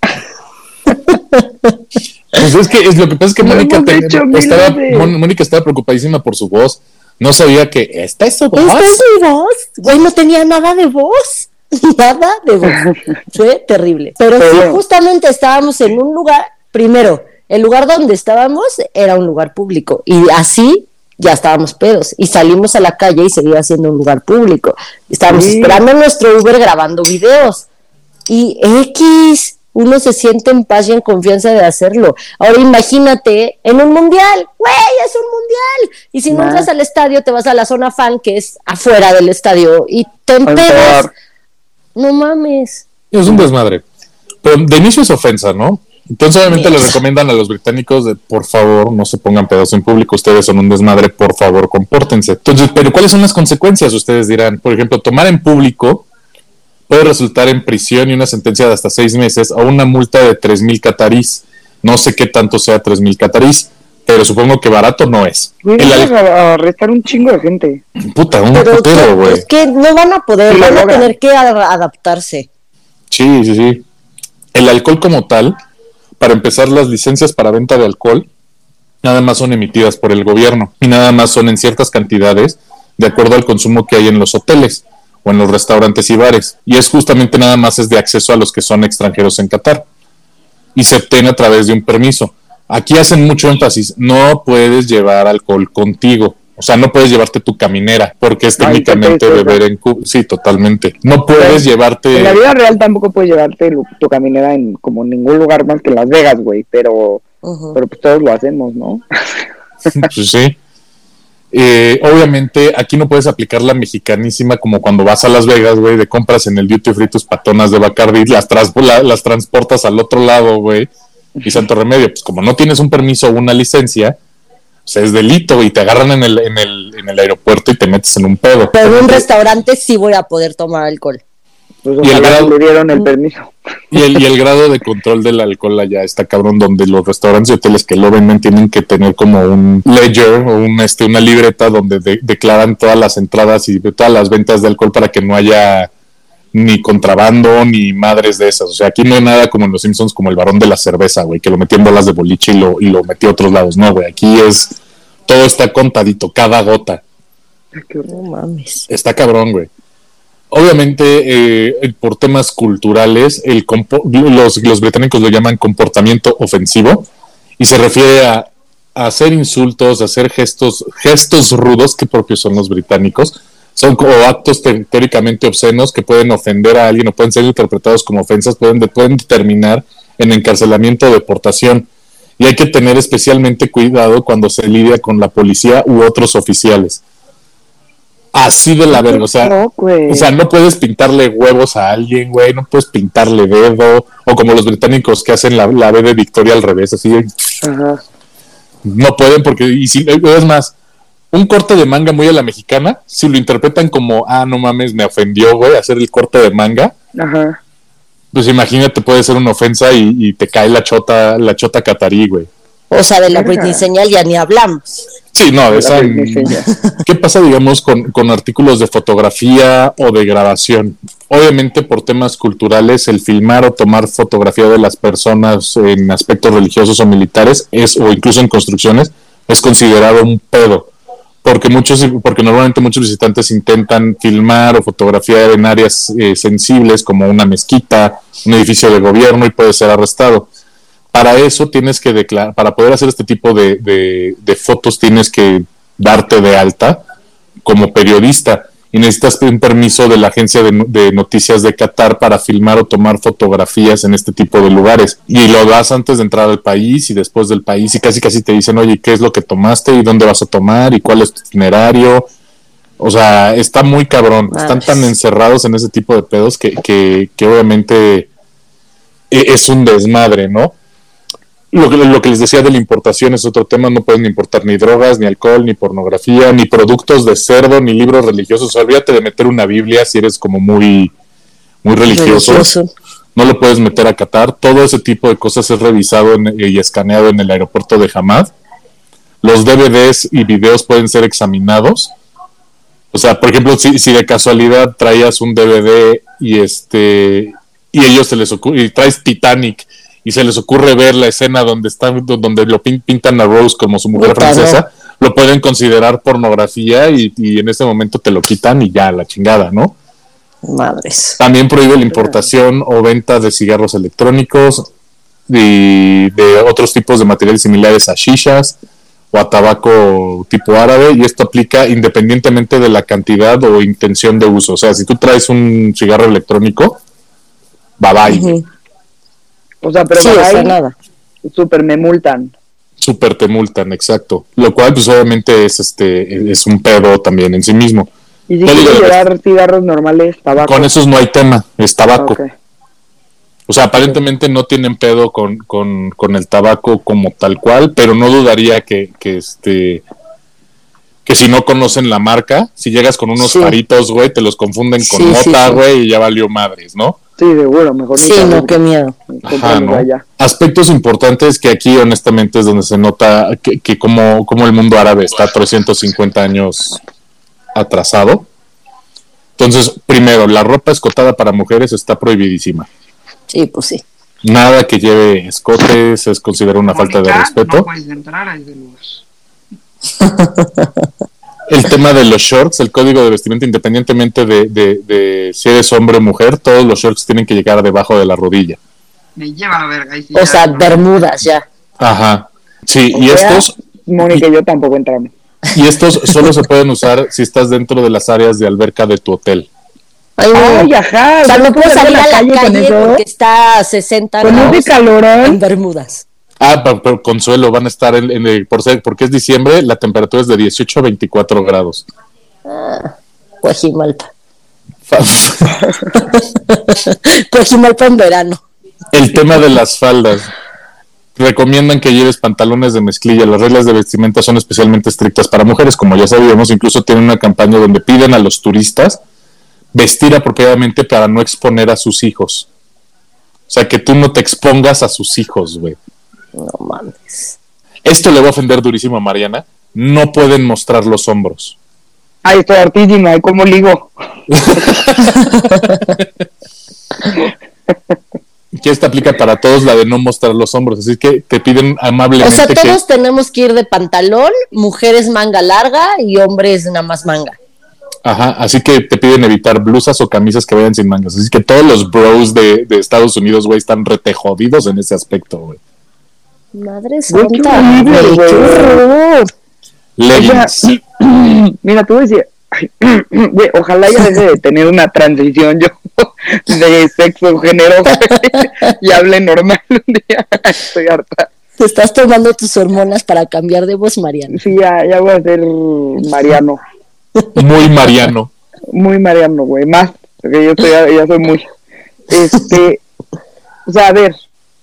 Pues es que es lo que pasa es que Mónica, te, estaba, Mónica estaba preocupadísima por su voz. No sabía que esta es su voz. Esta es mi voz. Güey, no tenía nada de voz. Nada de voz. Fue terrible. Pero sí, justamente estábamos en un lugar. Primero, el lugar donde estábamos era un lugar público. Y así ya estábamos pedos. Y salimos a la calle y seguía siendo un lugar público. Estábamos sí. esperando nuestro Uber grabando videos. Y X. Uno se siente en paz y en confianza de hacerlo. Ahora imagínate, en un mundial, güey, es un mundial. Y si no entras al estadio, te vas a la zona fan, que es afuera del estadio, y te empedas. No mames. Es un desmadre. Pero de inicio es ofensa, ¿no? Entonces obviamente yes. les recomiendan a los británicos de por favor no se pongan pedos en público, ustedes son un desmadre, por favor compórtense. Entonces, pero ¿cuáles son las consecuencias? Ustedes dirán, por ejemplo, tomar en público puede resultar en prisión y una sentencia de hasta seis meses o una multa de tres mil catarís. No sé qué tanto sea tres mil catarís, pero supongo que barato no es. Güey, el al... a arrestar un chingo de gente. Puta, un putero, güey. Es que no van a poder, van a tener que adaptarse. Sí, sí, sí. El alcohol como tal, para empezar, las licencias para venta de alcohol nada más son emitidas por el gobierno y nada más son en ciertas cantidades de acuerdo al consumo que hay en los hoteles o en los restaurantes y bares. Y es justamente nada más es de acceso a los que son extranjeros en Qatar. Y se obtiene a través de un permiso. Aquí hacen mucho énfasis, no puedes llevar alcohol contigo. O sea, no puedes llevarte tu caminera, porque es técnicamente Ay, beber en Cuba. Sí, totalmente. No puedes pero, llevarte... En la vida real tampoco puedes llevarte tu caminera en como ningún lugar más que en Las Vegas, güey. Pero, uh-huh. pero pues todos lo hacemos, ¿no? Pues sí. Eh, obviamente, aquí no puedes aplicar la mexicanísima como cuando vas a Las Vegas, güey, de compras en el duty free tus patonas de Bacardi, las, trans- la, las transportas al otro lado, güey, y santo remedio. Pues como no tienes un permiso o una licencia... O sea, es delito y te agarran en el, en el en el aeropuerto y te metes en un pedo. Pero en un restaurante sí voy a poder tomar alcohol. Pues y el grado, le dieron el permiso. Y el, y el grado de control del alcohol allá está cabrón, donde los restaurantes y hoteles que lo venden tienen que tener como un ledger o un, este, una libreta donde de, declaran todas las entradas y todas las ventas de alcohol para que no haya ni contrabando ni madres de esas. O sea, aquí no hay nada como en Los Simpsons, como el varón de la cerveza, güey, que lo metió en bolas de boliche y lo, y lo metió a otros lados. No, güey, aquí es, todo está contadito, cada gota. No mames. Está cabrón, güey. Obviamente, eh, por temas culturales, el compo- los, los británicos lo llaman comportamiento ofensivo y se refiere a, a hacer insultos, a hacer gestos, gestos rudos, que propios son los británicos. Son como actos te- teóricamente obscenos que pueden ofender a alguien o pueden ser interpretados como ofensas, pueden, de- pueden terminar en encarcelamiento o deportación. Y hay que tener especialmente cuidado cuando se lidia con la policía u otros oficiales. Así de la verga, o sea, no, o sea, no puedes pintarle huevos a alguien, güey, no puedes pintarle dedo, o como los británicos que hacen la, la B de Victoria al revés, así. Ajá. No pueden porque, y si es más, un corte de manga muy a la mexicana, si lo interpretan como, ah, no mames, me ofendió, güey, hacer el corte de manga. Ajá. Pues imagínate, puede ser una ofensa y, y te cae la chota, la chota catarí, güey. O sea, de la Britney señal ya ni hablamos. Sí, no, esa, ¿qué pasa, digamos, con, con artículos de fotografía o de grabación? Obviamente, por temas culturales, el filmar o tomar fotografía de las personas en aspectos religiosos o militares, es o incluso en construcciones, es considerado un pedo. Porque muchos, porque normalmente muchos visitantes intentan filmar o fotografiar en áreas eh, sensibles, como una mezquita, un edificio de gobierno, y puede ser arrestado. Para eso tienes que declarar, para poder hacer este tipo de, de, de fotos tienes que darte de alta como periodista y necesitas un permiso de la agencia de, de noticias de Qatar para filmar o tomar fotografías en este tipo de lugares. Y lo das antes de entrar al país y después del país y casi casi te dicen, oye, ¿qué es lo que tomaste y dónde vas a tomar y cuál es tu itinerario? O sea, está muy cabrón. Están tan encerrados en ese tipo de pedos que, que, que obviamente es un desmadre, ¿no? Lo que, lo que les decía de la importación es otro tema, no pueden importar ni drogas, ni alcohol, ni pornografía, ni productos de cerdo, ni libros religiosos. O sea, olvídate de meter una Biblia si eres como muy, muy religioso. religioso. No lo puedes meter a Qatar. Todo ese tipo de cosas es revisado en, y escaneado en el aeropuerto de Hamad. Los D V Ds y videos pueden ser examinados. O sea, por ejemplo, si, si de casualidad traías un D V D y este y ellos se les ocurre, y traes Titanic y se les ocurre ver la escena donde están, donde lo pintan a Rose como su mujer Puta francesa, no. Lo pueden considerar pornografía y, y en ese momento te lo quitan y ya, la chingada, ¿no? Madres. También prohíbe la importación o venta de cigarros electrónicos y de otros tipos de materiales similares a shishas o a tabaco tipo árabe, y esto aplica independientemente de la cantidad o intención de uso. O sea, si tú traes un cigarro electrónico, bye bye. Uh-huh. O sea, pero sí, ahí, o nada. Súper me multan. Súper te multan, exacto. Lo cual, pues obviamente es este es un pedo también en sí mismo. Y si quieres llevar cigarros normales, tabaco. Con esos no hay tema, es tabaco. Okay. O sea, aparentemente no tienen pedo con, con, con el tabaco como tal cual, pero no dudaría que, que este que si no conocen la marca, si llegas con unos sí. paritos, güey, te los confunden con sí, mota, güey, sí, sí. y ya valió madres, ¿no? Sí, seguro, mejor. Sí, no, qué miedo. Ajá, ¿no? Aspectos importantes que aquí honestamente es donde se nota que, que como, como el mundo árabe está trescientos cincuenta años atrasado. Entonces, primero, la ropa escotada para mujeres está prohibidísima. Sí, pues sí. Nada que lleve escotes es considerado una Mónica, falta de respeto. No puedes entrar ahí de luz. El tema de los shorts, el código de vestimenta, independientemente de, de, de si eres hombre o mujer, todos los shorts tienen que llegar debajo de la rodilla. Me lleva a ver, ahí sí o sea, bermudas ya. Ajá. Sí, o y sea, estos... Mónica y yo tampoco entramos. Y estos solo se pueden usar si estás dentro de las áreas de alberca de tu hotel. Ay, Ay ajá. O sea, no puedes salir a la calle, calle porque está a sesenta grados. Con ese calorón. En bermudas. Ah, pero, pero Consuelo, van a estar en, en el, por ser, porque es diciembre, la temperatura es de dieciocho a veinticuatro grados. Ah, Coajimalpa. Coajimalpa en verano. El tema de las faldas. Recomiendan que lleves pantalones de mezclilla. Las reglas de vestimenta son especialmente estrictas para mujeres, como ya sabíamos. Incluso tienen una campaña donde piden a los turistas vestir apropiadamente para no exponer a sus hijos. O sea, que tú no te expongas a sus hijos, güey. No mames. Esto le va a ofender durísimo a Mariana. No pueden mostrar los hombros. Ay, estoy hartísima. ¿Y cómo ligo? Que esta aplica para todos, la de no mostrar los hombros. Así que te piden amablemente. O sea, todos que... tenemos que ir de pantalón, mujeres manga larga y hombres nada más manga. Ajá, así que te piden evitar blusas o camisas que vayan sin mangas. Así que todos los bros de, de Estados Unidos, güey, están rete jodidos en ese aspecto, güey. Madre santa, güey, qué horror. Leggings. O sea, mira, tú decías, güey, ojalá ya deje de tener una transición yo de sexo, género, y hable normal un día. Estoy harta. Te estás tomando tus hormonas para cambiar de voz, Mariano. Sí, ya, ya voy a ser Mariano. Muy Mariano. Muy Mariano, güey, más, porque yo estoy, ya soy muy, este, o sea, a ver,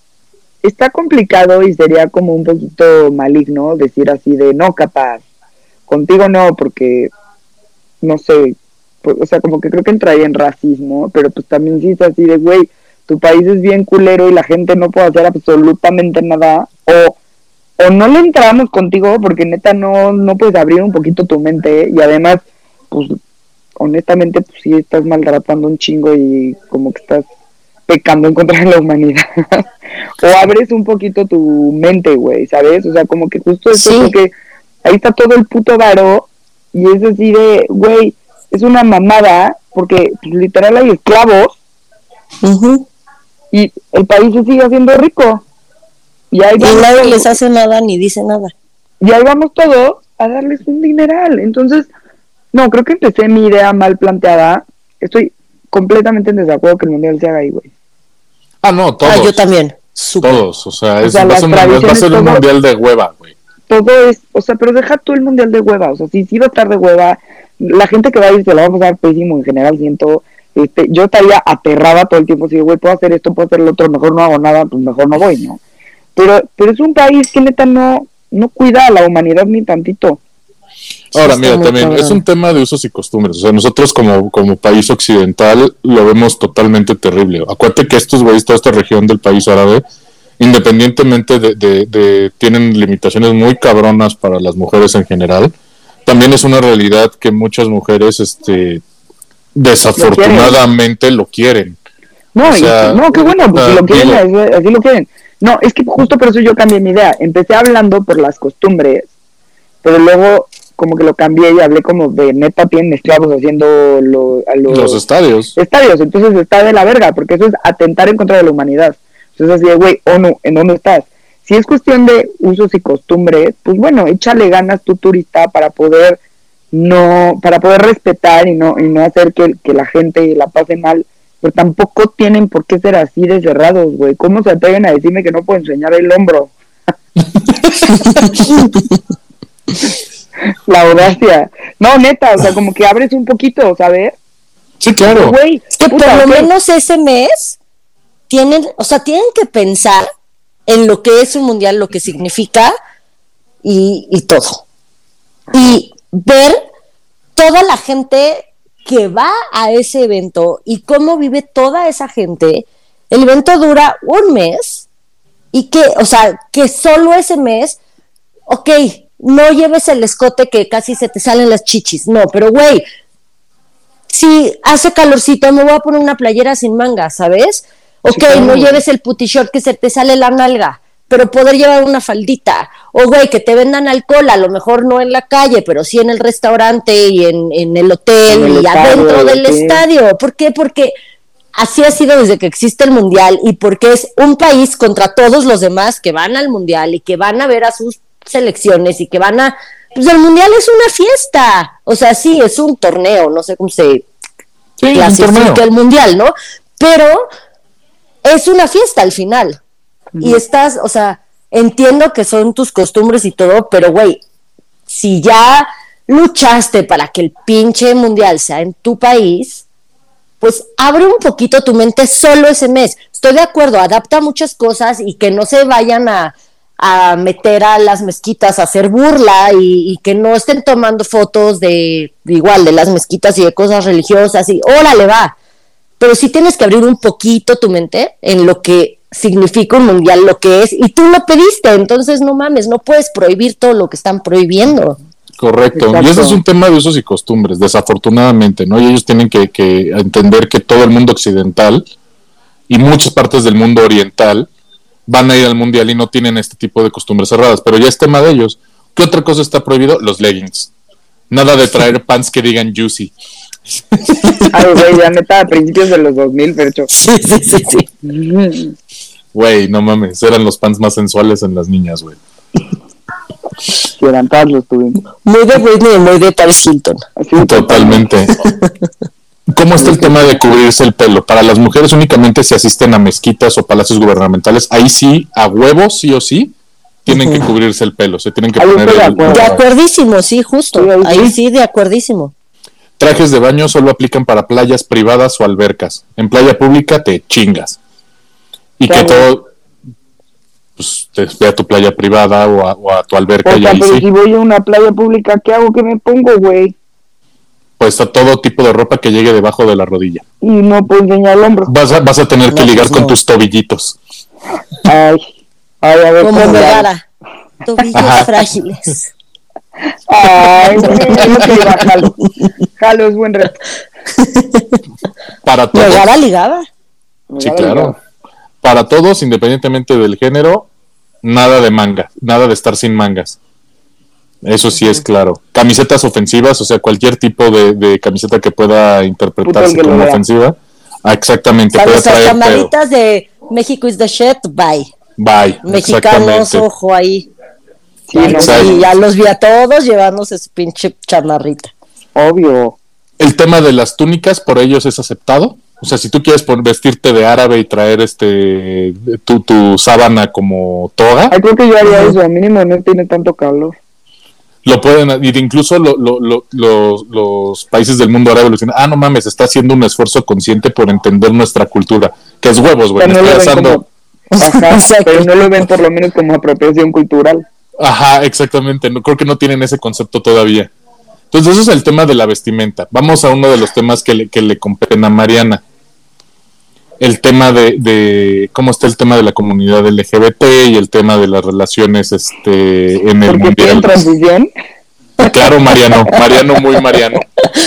está complicado y sería como un poquito maligno decir así de, no, capaz, contigo no, porque, no sé, pues, o sea, como que creo que entraría en racismo, pero pues también sí es así de, güey, tu país es bien culero y la gente no puede hacer absolutamente nada, o... o no le entramos contigo porque neta no, no puedes abrir un poquito tu mente, ¿eh? Y además, pues, honestamente, pues sí estás maltratando un chingo y como que estás pecando en contra de la humanidad. O abres un poquito tu mente, güey, ¿sabes? O sea, como que justo eso, sí. Porque ahí está todo el puto varo y es así de, güey, es una mamada porque pues, literal hay esclavos uh-huh. y el país se sigue haciendo rico. Y, ahí y nadie les hace nada ni dice nada. Y ahí vamos todos a darles un dineral. Entonces, no, creo que empecé mi idea mal planteada. Estoy completamente en desacuerdo que el mundial se haga ahí, güey. Ah, no, todos. Ah, yo también. Super. Todos, o sea, es, o sea va, a ser, va a ser un todo, mundial de hueva, güey. Todo es, o sea, pero deja tú el mundial de hueva. O sea, si sí va a estar de hueva, la gente que va a ir se la va a pasar pésimo en general, siento. Este, yo estaría aterrada todo el tiempo. Si, güey, puedo hacer esto, puedo hacer lo otro, mejor no hago nada, pues mejor no voy, ¿no? Pero, pero es un país que neta no, no cuida a la humanidad ni tantito. Ahora, sí, mira, también cabrón. Es un tema de usos y costumbres. O sea, nosotros como, como país occidental lo vemos totalmente terrible. Acuérdate que estos güeyes, toda esta región del país árabe, independientemente de, de, de, tienen limitaciones muy cabronas para las mujeres en general, también es una realidad que muchas mujeres, este, desafortunadamente lo quieren. Lo quieren. No, o sea, y, no, qué bueno, pues uh, si lo quieren, digo, así, así lo quieren. No, es que justo por eso yo cambié mi idea. Empecé hablando por las costumbres, pero luego como que lo cambié y hablé como de neta tienen esclavos haciendo lo, a los, los estadios. Estadios, entonces está de la verga, porque eso es atentar en contra de la humanidad. Entonces así de, güey, ONU, ¿en dónde estás? Si es cuestión de usos y costumbres, pues bueno, échale ganas tu turista para poder no, para poder respetar y no, y no hacer que, que la gente la pase mal. Pero tampoco tienen por qué ser así de cerrados, güey. ¿Cómo se atreven a decirme que no puedo enseñar el hombro? La audacia. No, neta, o sea, como que abres un poquito, ¿sabes? Sí, claro. Güey, es que por lo menos ese mes tienen, o sea, tienen que pensar en lo que es un mundial, lo que significa y, y todo. Y ver toda la gente que va a ese evento y cómo vive toda esa gente. El evento dura un mes y que, o sea, que solo ese mes, ok, no lleves el escote que casi se te salen las chichis, no, pero güey, si hace calorcito me voy a poner una playera sin manga, ¿sabes? Ok, sí, claro. No lleves el puti short que se te sale la nalga, pero poder llevar una faldita, o güey, que te vendan alcohol, a lo mejor no en la calle, pero sí en el restaurante y en, en el hotel en el y estadio, adentro del sí. estadio. ¿Por qué? Porque así ha sido desde que existe el mundial y porque es un país contra todos los demás que van al mundial y que van a ver a sus selecciones y que van a... Pues el mundial es una fiesta, o sea, sí, es un torneo, no sé cómo se sí, clasifica el mundial, ¿no? Pero es una fiesta al final. Y estás, o sea, entiendo que son tus costumbres y todo, pero güey, si ya luchaste para que el pinche mundial sea en tu país, pues abre un poquito tu mente solo ese mes. Estoy de acuerdo, adapta muchas cosas y que no se vayan a, a meter a las mezquitas a hacer burla y, y que no estén tomando fotos de, igual, de las mezquitas y de cosas religiosas y órale va. Pero sí tienes que abrir un poquito tu mente en lo que significa un mundial, lo que es, y tú lo pediste, entonces no mames, no puedes prohibir todo lo que están prohibiendo. Correcto, exacto. Y ese es un tema de usos y costumbres, desafortunadamente, ¿no? Y ellos tienen que, que entender que todo el mundo occidental y muchas partes del mundo oriental van a ir al mundial y no tienen este tipo de costumbres cerradas, pero ya es tema de ellos. ¿Qué otra cosa está prohibido? Los leggings. Nada de traer pants que digan juicy. Ay, güey, la neta, a principios de los dos mil, Fercho. Sí, sí, sí, sí. Güey, no mames, eran los pants más sensuales en las niñas, güey. Eran todos los tuvimos. Muy de Britney, muy de Paris Hilton. Así, totalmente. ¿Cómo está el tema de cubrirse el pelo? Para las mujeres únicamente se asisten a mezquitas o palacios gubernamentales. Ahí sí, a huevo, sí o sí, tienen uh-huh. que cubrirse el pelo. Se tienen que ahí poner... De, el, de acuerdísimo, sí, justo. Sí, ahí, ahí sí, de acuerdísimo. Trajes de baño solo aplican para playas privadas o albercas. En playa pública te chingas. Y claro. que todo, pues, te ve a tu playa privada o a, o a tu alberca. O sea, y ahí pero sí. Si voy a una playa pública, ¿qué hago? ¿Qué me pongo, güey? Pues a todo tipo de ropa que llegue debajo de la rodilla. Y no puedo enseñar el hombro. Vas a, vas a tener no, que ligar pues con no. tus tobillitos. Ay, ay, a ver. Como Megara. Tobillos Ajá. frágiles. Ay, güey, no te iba, jalo. Jalo es buen reto. Para todos. Megara ligaba. Sí, claro. Para todos, independientemente del género, nada de manga, nada de estar sin mangas. Eso sí es claro. Camisetas ofensivas, o sea, cualquier tipo de, de camiseta que pueda interpretarse como ofensiva. Ah, exactamente. O sea, nuestras camaritas de México is the shit, bye. Bye. Mexicanos, ojo ahí. Sí, y ya los vi a todos llevándose su pinche chamarrita. Obvio. El tema de las túnicas por ellos es aceptado. O sea, si tú quieres por vestirte de árabe y traer este tu, tu sábana como toga. Ay, creo que yo haría eso, a mínimo no tiene tanto calor. Lo pueden, y incluso lo, lo, lo, lo, los países del mundo árabe lo dicen, ah, no mames, está haciendo un esfuerzo consciente por entender nuestra cultura. Que es huevos, güey, me no estoy asando. Como... Ajá, pero no lo ven por lo menos como apropiación cultural. Ajá, exactamente, no, creo que no tienen ese concepto todavía. Entonces eso es el tema de la vestimenta. Vamos a uno de los temas que le, que le competen a Mariana. El tema de, de cómo está el tema de la comunidad L G B T y el tema de las relaciones este en el mundial. ¿Tienen transición? Claro, Mariano, Mariano muy Mariano.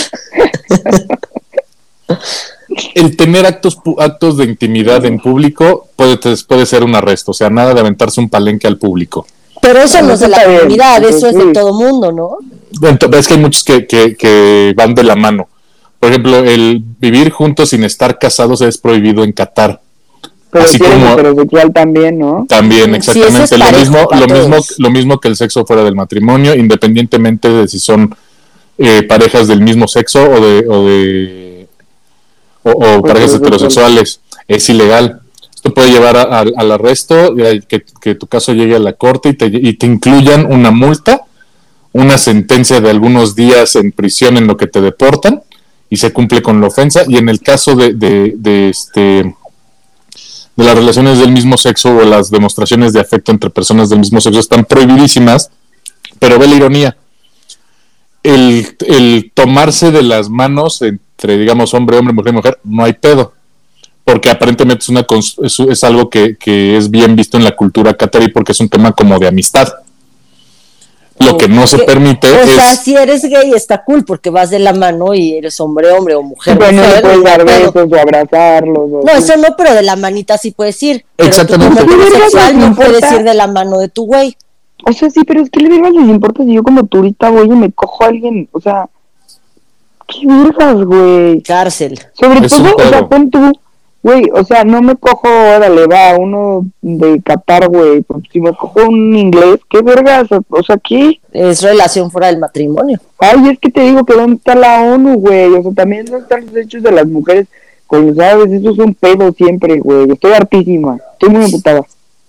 El tener actos actos de intimidad en público puede, puede ser un arresto, o sea, nada de aventarse un palenque al público. Pero eso no es de la comunidad, eso es de todo mundo, ¿no? Es que hay muchos que, que, que van de la mano. Por ejemplo, el vivir juntos sin estar casados es prohibido en Qatar. Pero así como heterosexual también, ¿no? También, exactamente. Sí, lo mismo, lo todos. mismo, lo mismo que el sexo fuera del matrimonio, independientemente de si son eh, parejas del mismo sexo o de o de o, o parejas heterosexuales, es ilegal. Esto puede llevar a, a, al arresto, que, que tu caso llegue a la corte y te, y te incluyan una multa, una sentencia de algunos días en prisión en lo que te deportan y se cumple con la ofensa. Y en el caso de, de, de este de las relaciones del mismo sexo o las demostraciones de afecto entre personas del mismo sexo están prohibidísimas, pero ve la ironía. El, el tomarse de las manos entre, digamos, hombre, hombre, mujer, mujer, no hay pedo, porque aparentemente es, una, es, es algo que, que es bien visto en la cultura catarí porque es un tema como de amistad. Lo que no se permite o es... O sea, si eres gay está cool porque vas de la mano y eres hombre, hombre o mujer. Pero mujer, no le puedes dar besos o abrazarlos. O no, sí. eso no, pero de la manita sí puedes ir. Exactamente. Pero tú como homosexual no puedes ir de la mano de tu güey. O sea, sí, pero es que le vergas les importa si yo como turista voy y me cojo a alguien, o sea, qué vergas, güey. Cárcel. Sobre es todo, o sea, pon tú, güey, o sea, no me cojo, órale, va, uno de Qatar, güey, pues si me cojo un inglés, qué vergas, o sea, ¿qué? Es relación fuera del matrimonio. Ay, es que te digo que dónde está la ONU, güey, o sea, también dónde están los derechos de las mujeres, como sabes, eso es un pedo siempre, güey, estoy hartísima, estoy muy emputada.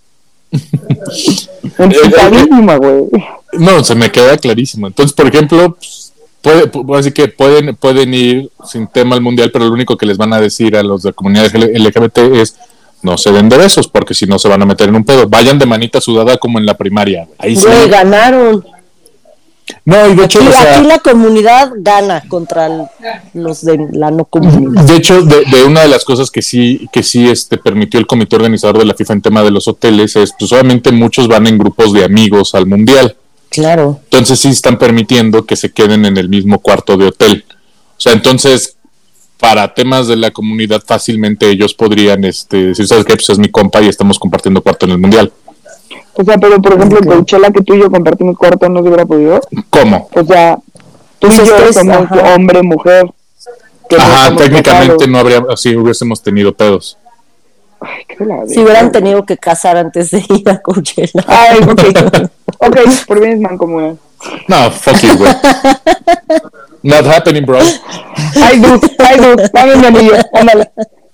Emputadísima, güey. No, se me queda clarísimo. Entonces, por ejemplo, puede, así que pueden, pueden ir sin tema al mundial, pero lo único que les van a decir a los de la comunidad L G B T es no se den de besos, porque si no se van a meter en un pedo. Vayan de manita sudada como en la primaria. Ahí sí. Güey, ganaron. No, y de hecho, aquí, o sea, aquí la comunidad gana contra el, los de la no comunidad. De hecho, de, de una de las cosas que sí, que sí este, permitió el comité organizador de la FIFA en tema de los hoteles es, pues obviamente muchos van en grupos de amigos al mundial. Claro. Entonces sí están permitiendo que se queden en el mismo cuarto de hotel. O sea, entonces, para temas de la comunidad, fácilmente ellos podrían este, decir, ¿sabes qué? Pues es mi compa y estamos compartiendo cuarto en el mundial. O sea, pero por ejemplo, okay. Coachella, que tú y yo compartimos cuarto, ¿no se hubiera podido? ¿Cómo? O sea, tú y yo somos hombre, mujer. Ajá, no técnicamente casados. No habría, así hubiésemos tenido pedos. Ay, qué la si hubieran tenido que casar antes de ir a Coachella. Ay, ok. Ok, por bien es mancomunal. No, fuck you, güey. Not happening, bro. Ay, du, ay, du, dame mi anillo, ándale.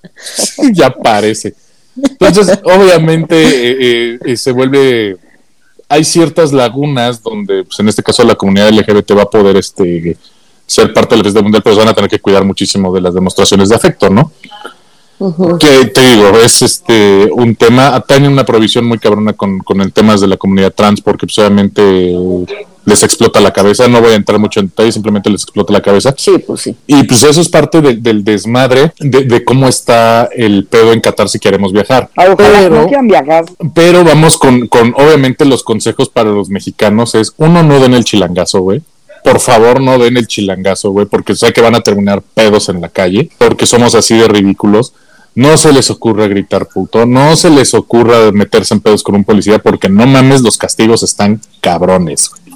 Ya parece. Entonces, obviamente, eh, eh, se vuelve... Hay ciertas lagunas donde, pues, en este caso, la comunidad L G B T va a poder este, ser parte del resto del mundial, pero van a tener que cuidar muchísimo de las demostraciones de afecto, ¿no? Uh-huh. Que te digo, es este un tema, tiene una provisión muy cabrona con, con el tema de la comunidad trans, porque pues, obviamente les explota la cabeza. No voy a entrar mucho en detalle, simplemente les explota la cabeza. Sí, pues sí. Y pues eso es parte de, del desmadre de, de cómo está el pedo en Qatar si queremos viajar. Ay, pero, no quieran viajar. Pero vamos con, con, obviamente, los consejos para los mexicanos es, uno, no den el chilangazo, güey. Por favor, no den el chilangazo, güey, porque sé que van a terminar pedos en la calle, porque somos así de ridículos. No se les ocurra gritar puto, no se les ocurra meterse en pedos con un policía, porque no mames, los castigos están cabrones, güey.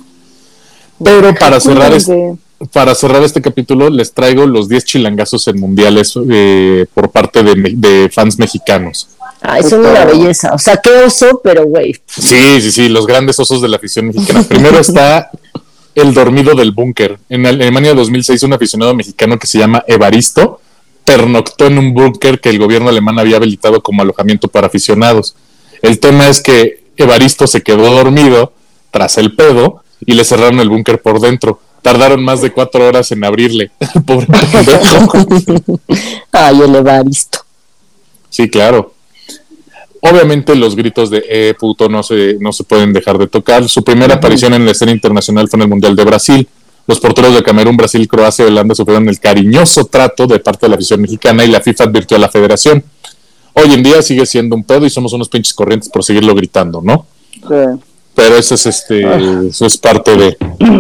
Pero para cerrar, este, para cerrar este capítulo, les traigo los diez chilangazos en mundiales eh, por parte de, de fans mexicanos. Ay, son una belleza. O sea, qué oso, pero güey. Sí, sí, sí, los grandes osos de la afición mexicana. Primero está el dormido del búnker. En Alemania dos mil seis, un aficionado mexicano que se llama Evaristo pernoctó en un búnker que el gobierno alemán había habilitado como alojamiento para aficionados. El tema es que Evaristo se quedó dormido tras el pedo y le cerraron el búnker por dentro. Tardaron más de cuatro horas en abrirle. Pobre pendejo. Ay, el Evaristo. Sí, claro. Obviamente los gritos de eh, puto no se, no se pueden dejar de tocar. Su primera uh-huh. aparición en la escena internacional fue en el Mundial de Brasil. Los porteros de Camerún, Brasil, Croacia y Holanda sufrieron el cariñoso trato de parte de la afición mexicana y la FIFA advirtió a la federación. Hoy en día sigue siendo un pedo y somos unos pinches corrientes por seguirlo gritando, ¿no? Sí. Pero eso es, este, eso es parte de...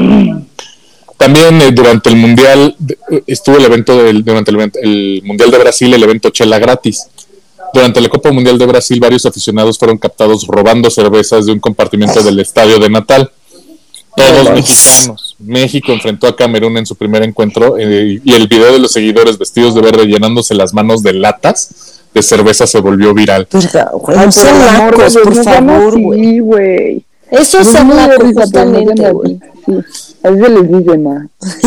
También eh, durante el Mundial, estuvo el evento, del, durante el, el Mundial de Brasil, el evento Chela Gratis. Durante la Copa Mundial de Brasil, varios aficionados fueron captados robando cervezas de un compartimento del estadio de Natal. Todos mexicanos. México enfrentó a Camerún en su primer encuentro eh, y el video de los seguidores vestidos de verde llenándose las manos de latas de cerveza se volvió viral. No sean nacos, por favor, güey. Eso es ser naco, justamente, güey. A veces les dicen, ma.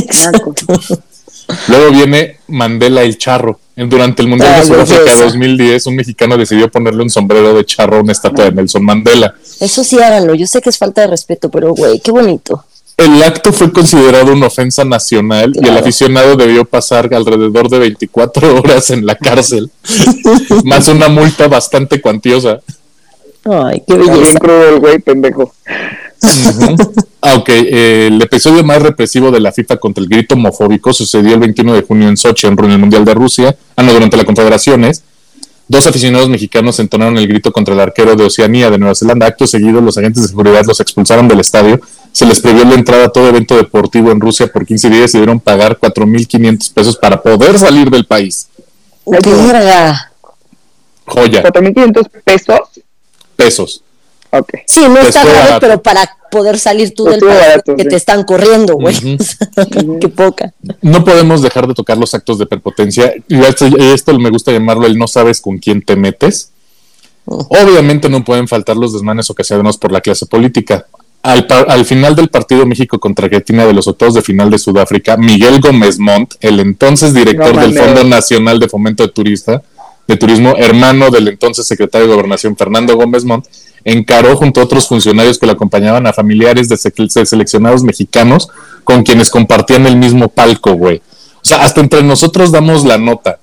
Luego viene Mandela el Charro. Durante el Mundial de Sudáfrica dos mil diez, un mexicano decidió ponerle un sombrero de charro a una estatua de Nelson Mandela. Eso sí, háganlo. Yo sé que es falta de respeto, pero güey, qué bonito. El acto fue considerado una ofensa nacional claro. y el aficionado debió pasar alrededor de veinticuatro horas en la cárcel, más una multa bastante cuantiosa. Ay, qué belleza. Bien crudo el güey, pendejo. Uh-huh. Ah, ok, eh, el episodio más represivo de la FIFA contra el grito homofóbico sucedió el veintiuno de junio en Sochi, en el Mundial de Rusia, ah, no, durante la Confederaciones. Dos aficionados mexicanos entonaron el grito contra el arquero de Oceanía de Nueva Zelanda. Acto seguido, los agentes de seguridad los expulsaron del estadio. Se les prohibió la entrada a todo evento deportivo en Rusia por quince días y debieron pagar cuatro mil quinientos pesos para poder salir del país. ¡Qué verga! Joya. ¿cuatro mil quinientos pesos? Pesos. Okay. Sí, no está grave, pero para poder salir tú del país barato, que sí. te están corriendo, güey. Uh-huh. Qué poca. No podemos dejar de tocar los actos de prepotencia. Y esto, esto me gusta llamarlo el no sabes con quién te metes. Uh-huh. Obviamente no pueden faltar los desmanes ocasionados por la clase política. Al, al final del partido México contra Argentina de los octavos de final de Sudáfrica, Miguel Gómez Montt, el entonces director no, del Fondo Nacional de Fomento de Turista, de Turismo, hermano del entonces secretario de Gobernación Fernando Gómez Montt, encaró junto a otros funcionarios que lo acompañaban a familiares de, se- de seleccionados mexicanos con quienes compartían el mismo palco, güey. O sea, hasta entre nosotros damos la nota.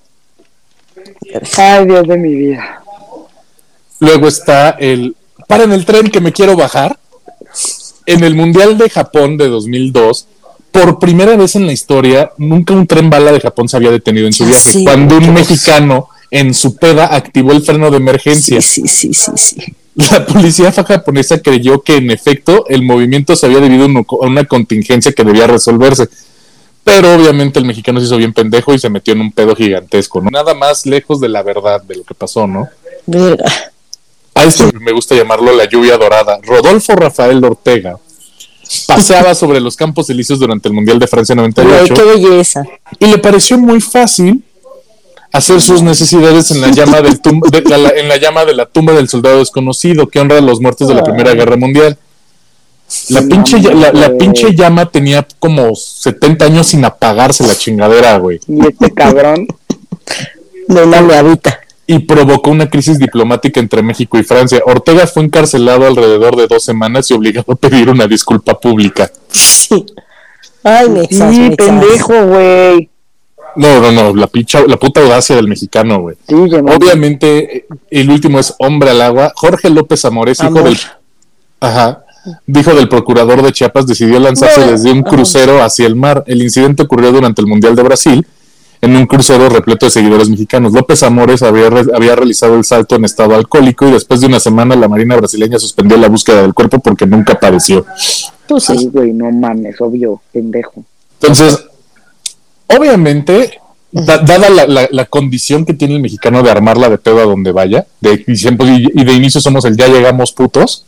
Ay, Dios de mi vida. Luego está el... Paren el tren que me quiero bajar. En el Mundial de Japón de dos mil dos, por primera vez en la historia, nunca un tren bala de Japón se había detenido en su viaje. Sí, cuando un mexicano en su peda activó el freno de emergencia. Sí, sí, sí, sí, sí. La policía japonesa creyó que en efecto el movimiento se había debido a una contingencia que debía resolverse, pero obviamente el mexicano se hizo bien pendejo y se metió en un pedo gigantesco, ¿no? Nada más lejos de la verdad de lo que pasó, ¿no? Mira. A esto me gusta llamarlo la lluvia dorada. Rodolfo Rafael Ortega paseaba sobre los Campos Elíseos durante el Mundial de Francia noventa y ocho. Ay, qué belleza. Y le pareció muy fácil hacer sus necesidades en la llama del tum- de la, en la llama de la tumba del soldado desconocido que honra a los muertos de la Primera Guerra Mundial. La pinche, la, la pinche llama tenía como setenta años sin apagarse la chingadera, güey. Y este cabrón no la me habita. Y provocó una crisis diplomática entre México y Francia. Ortega fue encarcelado alrededor de dos semanas y obligado a pedir una disculpa pública. Sí. Ay, me Sí, me pendejo, güey. No, no, no, la picha, la puta audacia del mexicano, güey. Sí, obviamente, el último es hombre al agua. Jorge López Amores, hijo Amor. del... Ajá. Dijo del procurador de Chiapas, decidió lanzarse bueno, desde un crucero ajá. hacia el mar. El incidente ocurrió durante el Mundial de Brasil, en un crucero repleto de seguidores mexicanos. López Amores había, re- había realizado el salto en estado alcohólico y después de una semana la Marina brasileña suspendió la búsqueda del cuerpo porque nunca apareció. Pues sí. Sí, güey, no mames, obvio, pendejo. Entonces, obviamente, da, dada la, la, la condición que tiene el mexicano de armarla de pedo a donde vaya, de, y, siempre, y, y de inicio somos el ya llegamos putos,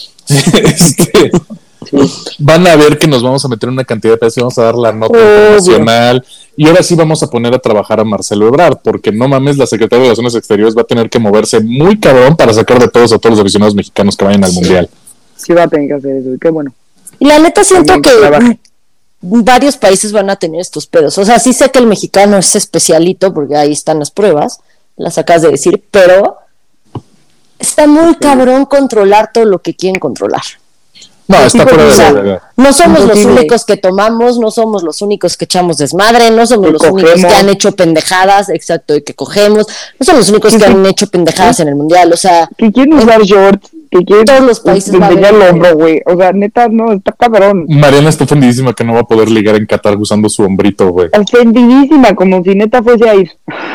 este, van a ver que nos vamos a meter una cantidad de pesos y vamos a dar la nota Obvio. internacional. Y ahora sí vamos a poner a trabajar a Marcelo Ebrard, porque no mames, la Secretaría de Relaciones Exteriores va a tener que moverse muy cabrón para sacar de todos a todos los aficionados mexicanos que vayan al Mundial. Sí va a tener que hacer eso, y qué bueno. Y la neta siento También que trabaja. varios países van a tener estos pedos. O sea, sí sé que el mexicano es especialito, porque ahí están las pruebas, las acabas de decir, pero está muy cabrón controlar todo lo que quieren controlar. No, está O fuera de sea, la verdad. no somos los Imposible. únicos que tomamos, no somos los únicos que echamos desmadre, no somos Que los únicos cogemos. que han hecho pendejadas, exacto, y que cogemos, no somos los únicos Sí, que sí. han hecho pendejadas en el mundial, o sea, Que quieren usar shorts, que quieren Todos los países va a enseñar el haber- hombro, güey. O sea, neta, no, está cabrón. Mariana está ofendidísima que no va a poder ligar en Qatar usando su hombrito, güey. Ofendidísima, como si neta fuese a ir.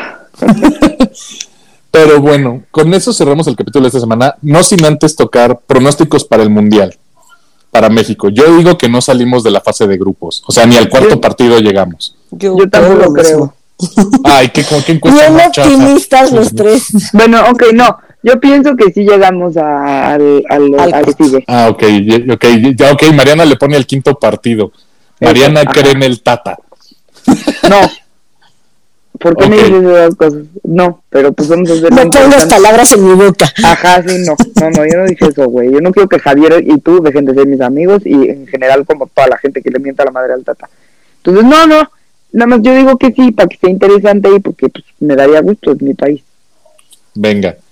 Pero bueno, con eso cerramos el capítulo de esta semana, no sin antes tocar pronósticos para el Mundial, para México. Yo digo que no salimos de la fase de grupos, o sea, ni al cuarto Yo- partido llegamos. yo, Yo tampoco creo lo creo. mismo. Ay, qué, como que encuesta Bien más chafa. optimistas los tres. Bueno, ok, no. Yo pienso que sí llegamos a- al, al, Al- al que sigue. Ah, ok, ya- ok, ya, ok, Mariana le pone el quinto partido. Mariana Ajá. cree en el Tata. No. ¿Por qué me Ok. dices esas cosas? No, pero pues vamos a hacer No pongas palabras en mi boca. Ajá, sí, no, no, no, yo no dije eso, güey. Yo no quiero que Javier y tú dejen de ser mis amigos y en general como toda la gente que le mienta a la madre al Tata. Entonces, no, no, nada más yo digo que sí, para que sea interesante y porque pues, me daría gusto en mi país. Venga.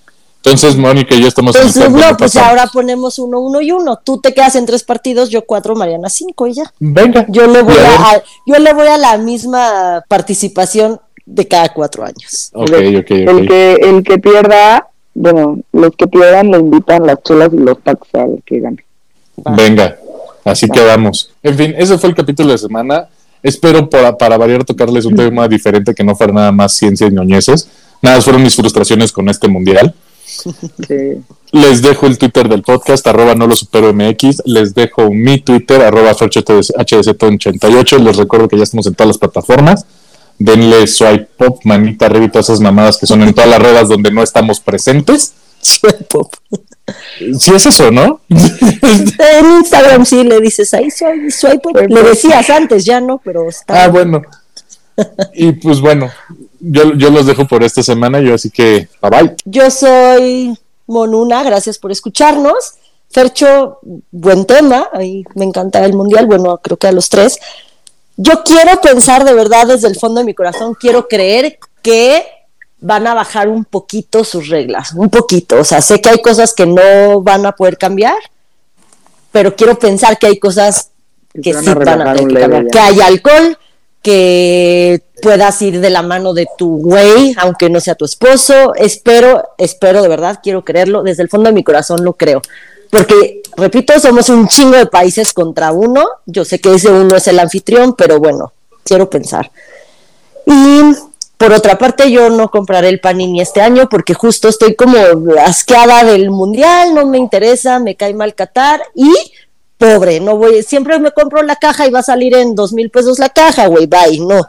Entonces, Mónica y yo estamos pues, en el no, pues ahora ponemos uno, uno y uno. Tú te quedas en tres partidos, yo cuatro, Mariana cinco y ya. Venga. Yo le voy a, a, yo le voy a la misma participación de cada cuatro años. Ok, ok, ok. El que, el que pierda, bueno, los que pierdan le invitan las chelas y los tacos al que gane. Va. Venga, así Va. quedamos. En fin, ese fue el capítulo de semana. Espero para, para variar tocarles un tema diferente que no fuera nada más ciencia y ñoñeces. Nada, fueron mis frustraciones con este mundial. Sí. Les dejo el Twitter del podcast, arroba no lo supero mx. Les dejo mi Twitter, arroba H D Z ochenta y ocho. Les recuerdo que ya estamos en todas las plataformas. Denle swipe pop, manita arriba y todas esas mamadas que son en todas las redes donde no estamos presentes. Swipe pop. Sí es eso, ¿no? En Instagram sí le dices ahí swipe, swipe pop. Le decías antes, ya no, pero está. Ah, bueno. Y pues bueno, yo, yo los dejo por esta semana, yo así que bye bye. Yo soy Monuna, gracias por escucharnos. Fercho, buen tema, ahí me encanta el mundial, bueno, creo que a los tres. Yo quiero pensar de verdad desde el fondo de mi corazón, quiero creer que van a bajar un poquito sus reglas, un poquito, o sea, sé que hay cosas que no van a poder cambiar, pero quiero pensar que hay cosas que sí van a tener que cambiar, que hay alcohol, que puedas ir de la mano de tu güey, aunque no sea tu esposo. Espero, espero de verdad, quiero creerlo, desde el fondo de mi corazón lo creo, porque, repito, somos un chingo de países contra uno. Yo sé que ese uno es el anfitrión, pero bueno, quiero pensar. Y por otra parte, yo no compraré el Panini este año porque justo estoy como asqueada del mundial, no me interesa, me cae mal Qatar y pobre, no voy, siempre me compro la caja y va a salir en dos mil pesos la caja, güey, bye, no.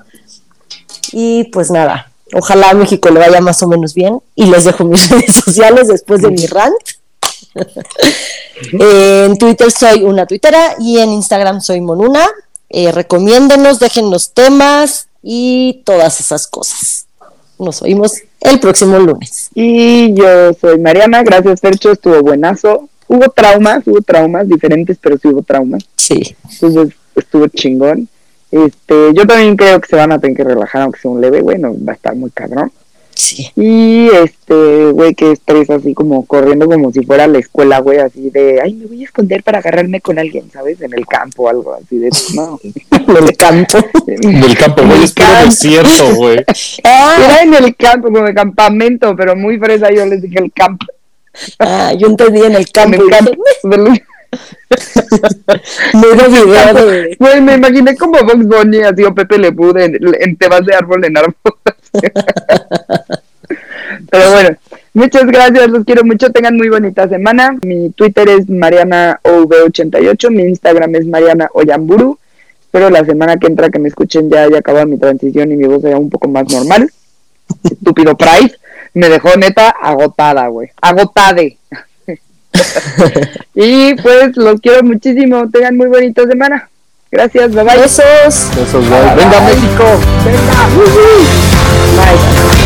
Y pues nada, ojalá a México le vaya más o menos bien y les dejo mis redes sociales después de mi rant. eh, en Twitter soy una tuitera y en Instagram soy Monuna. Eh, recomiéndenos, déjennos temas y todas esas cosas. Nos oímos el próximo lunes. Y yo soy Mariana, gracias Fercho, estuvo buenazo. Hubo traumas, hubo traumas diferentes, pero sí hubo traumas. Sí. Entonces estuvo chingón. Este, yo también creo que se van a tener que relajar, aunque sea un leve, güey, no va a estar muy cabrón. Sí. Y este, güey, que estrés así como corriendo como si fuera la escuela, güey, así de, ay, me voy a esconder para agarrarme con alguien, ¿sabes? En el campo o algo así de, no. En el campo. En el campo, güey, es puro desierto, güey. Ah, era en el campo, como de campamento, pero muy fresa, yo les dije el campo. Ah, yo entendí en el campo. En el campo. Nuevo video de... Güey, me imaginé como Bugs Bunny, así, o Pepe Le Pew, en, en te vas de árbol en árbol. Pero bueno, muchas gracias, los quiero mucho, tengan muy bonita semana. Mi Twitter es Mariana O V ochenta y ocho, mi Instagram es Mariana Oyamburu. Espero la semana que entra que me escuchen ya haya acabado mi transición y mi voz sea un poco más normal. Estúpido Price me dejó neta agotada, güey, agotade. Y pues los quiero muchísimo, tengan muy bonita semana. Gracias, bye bye. Besos. Besos, bye. Venga, México. Venga. Bye.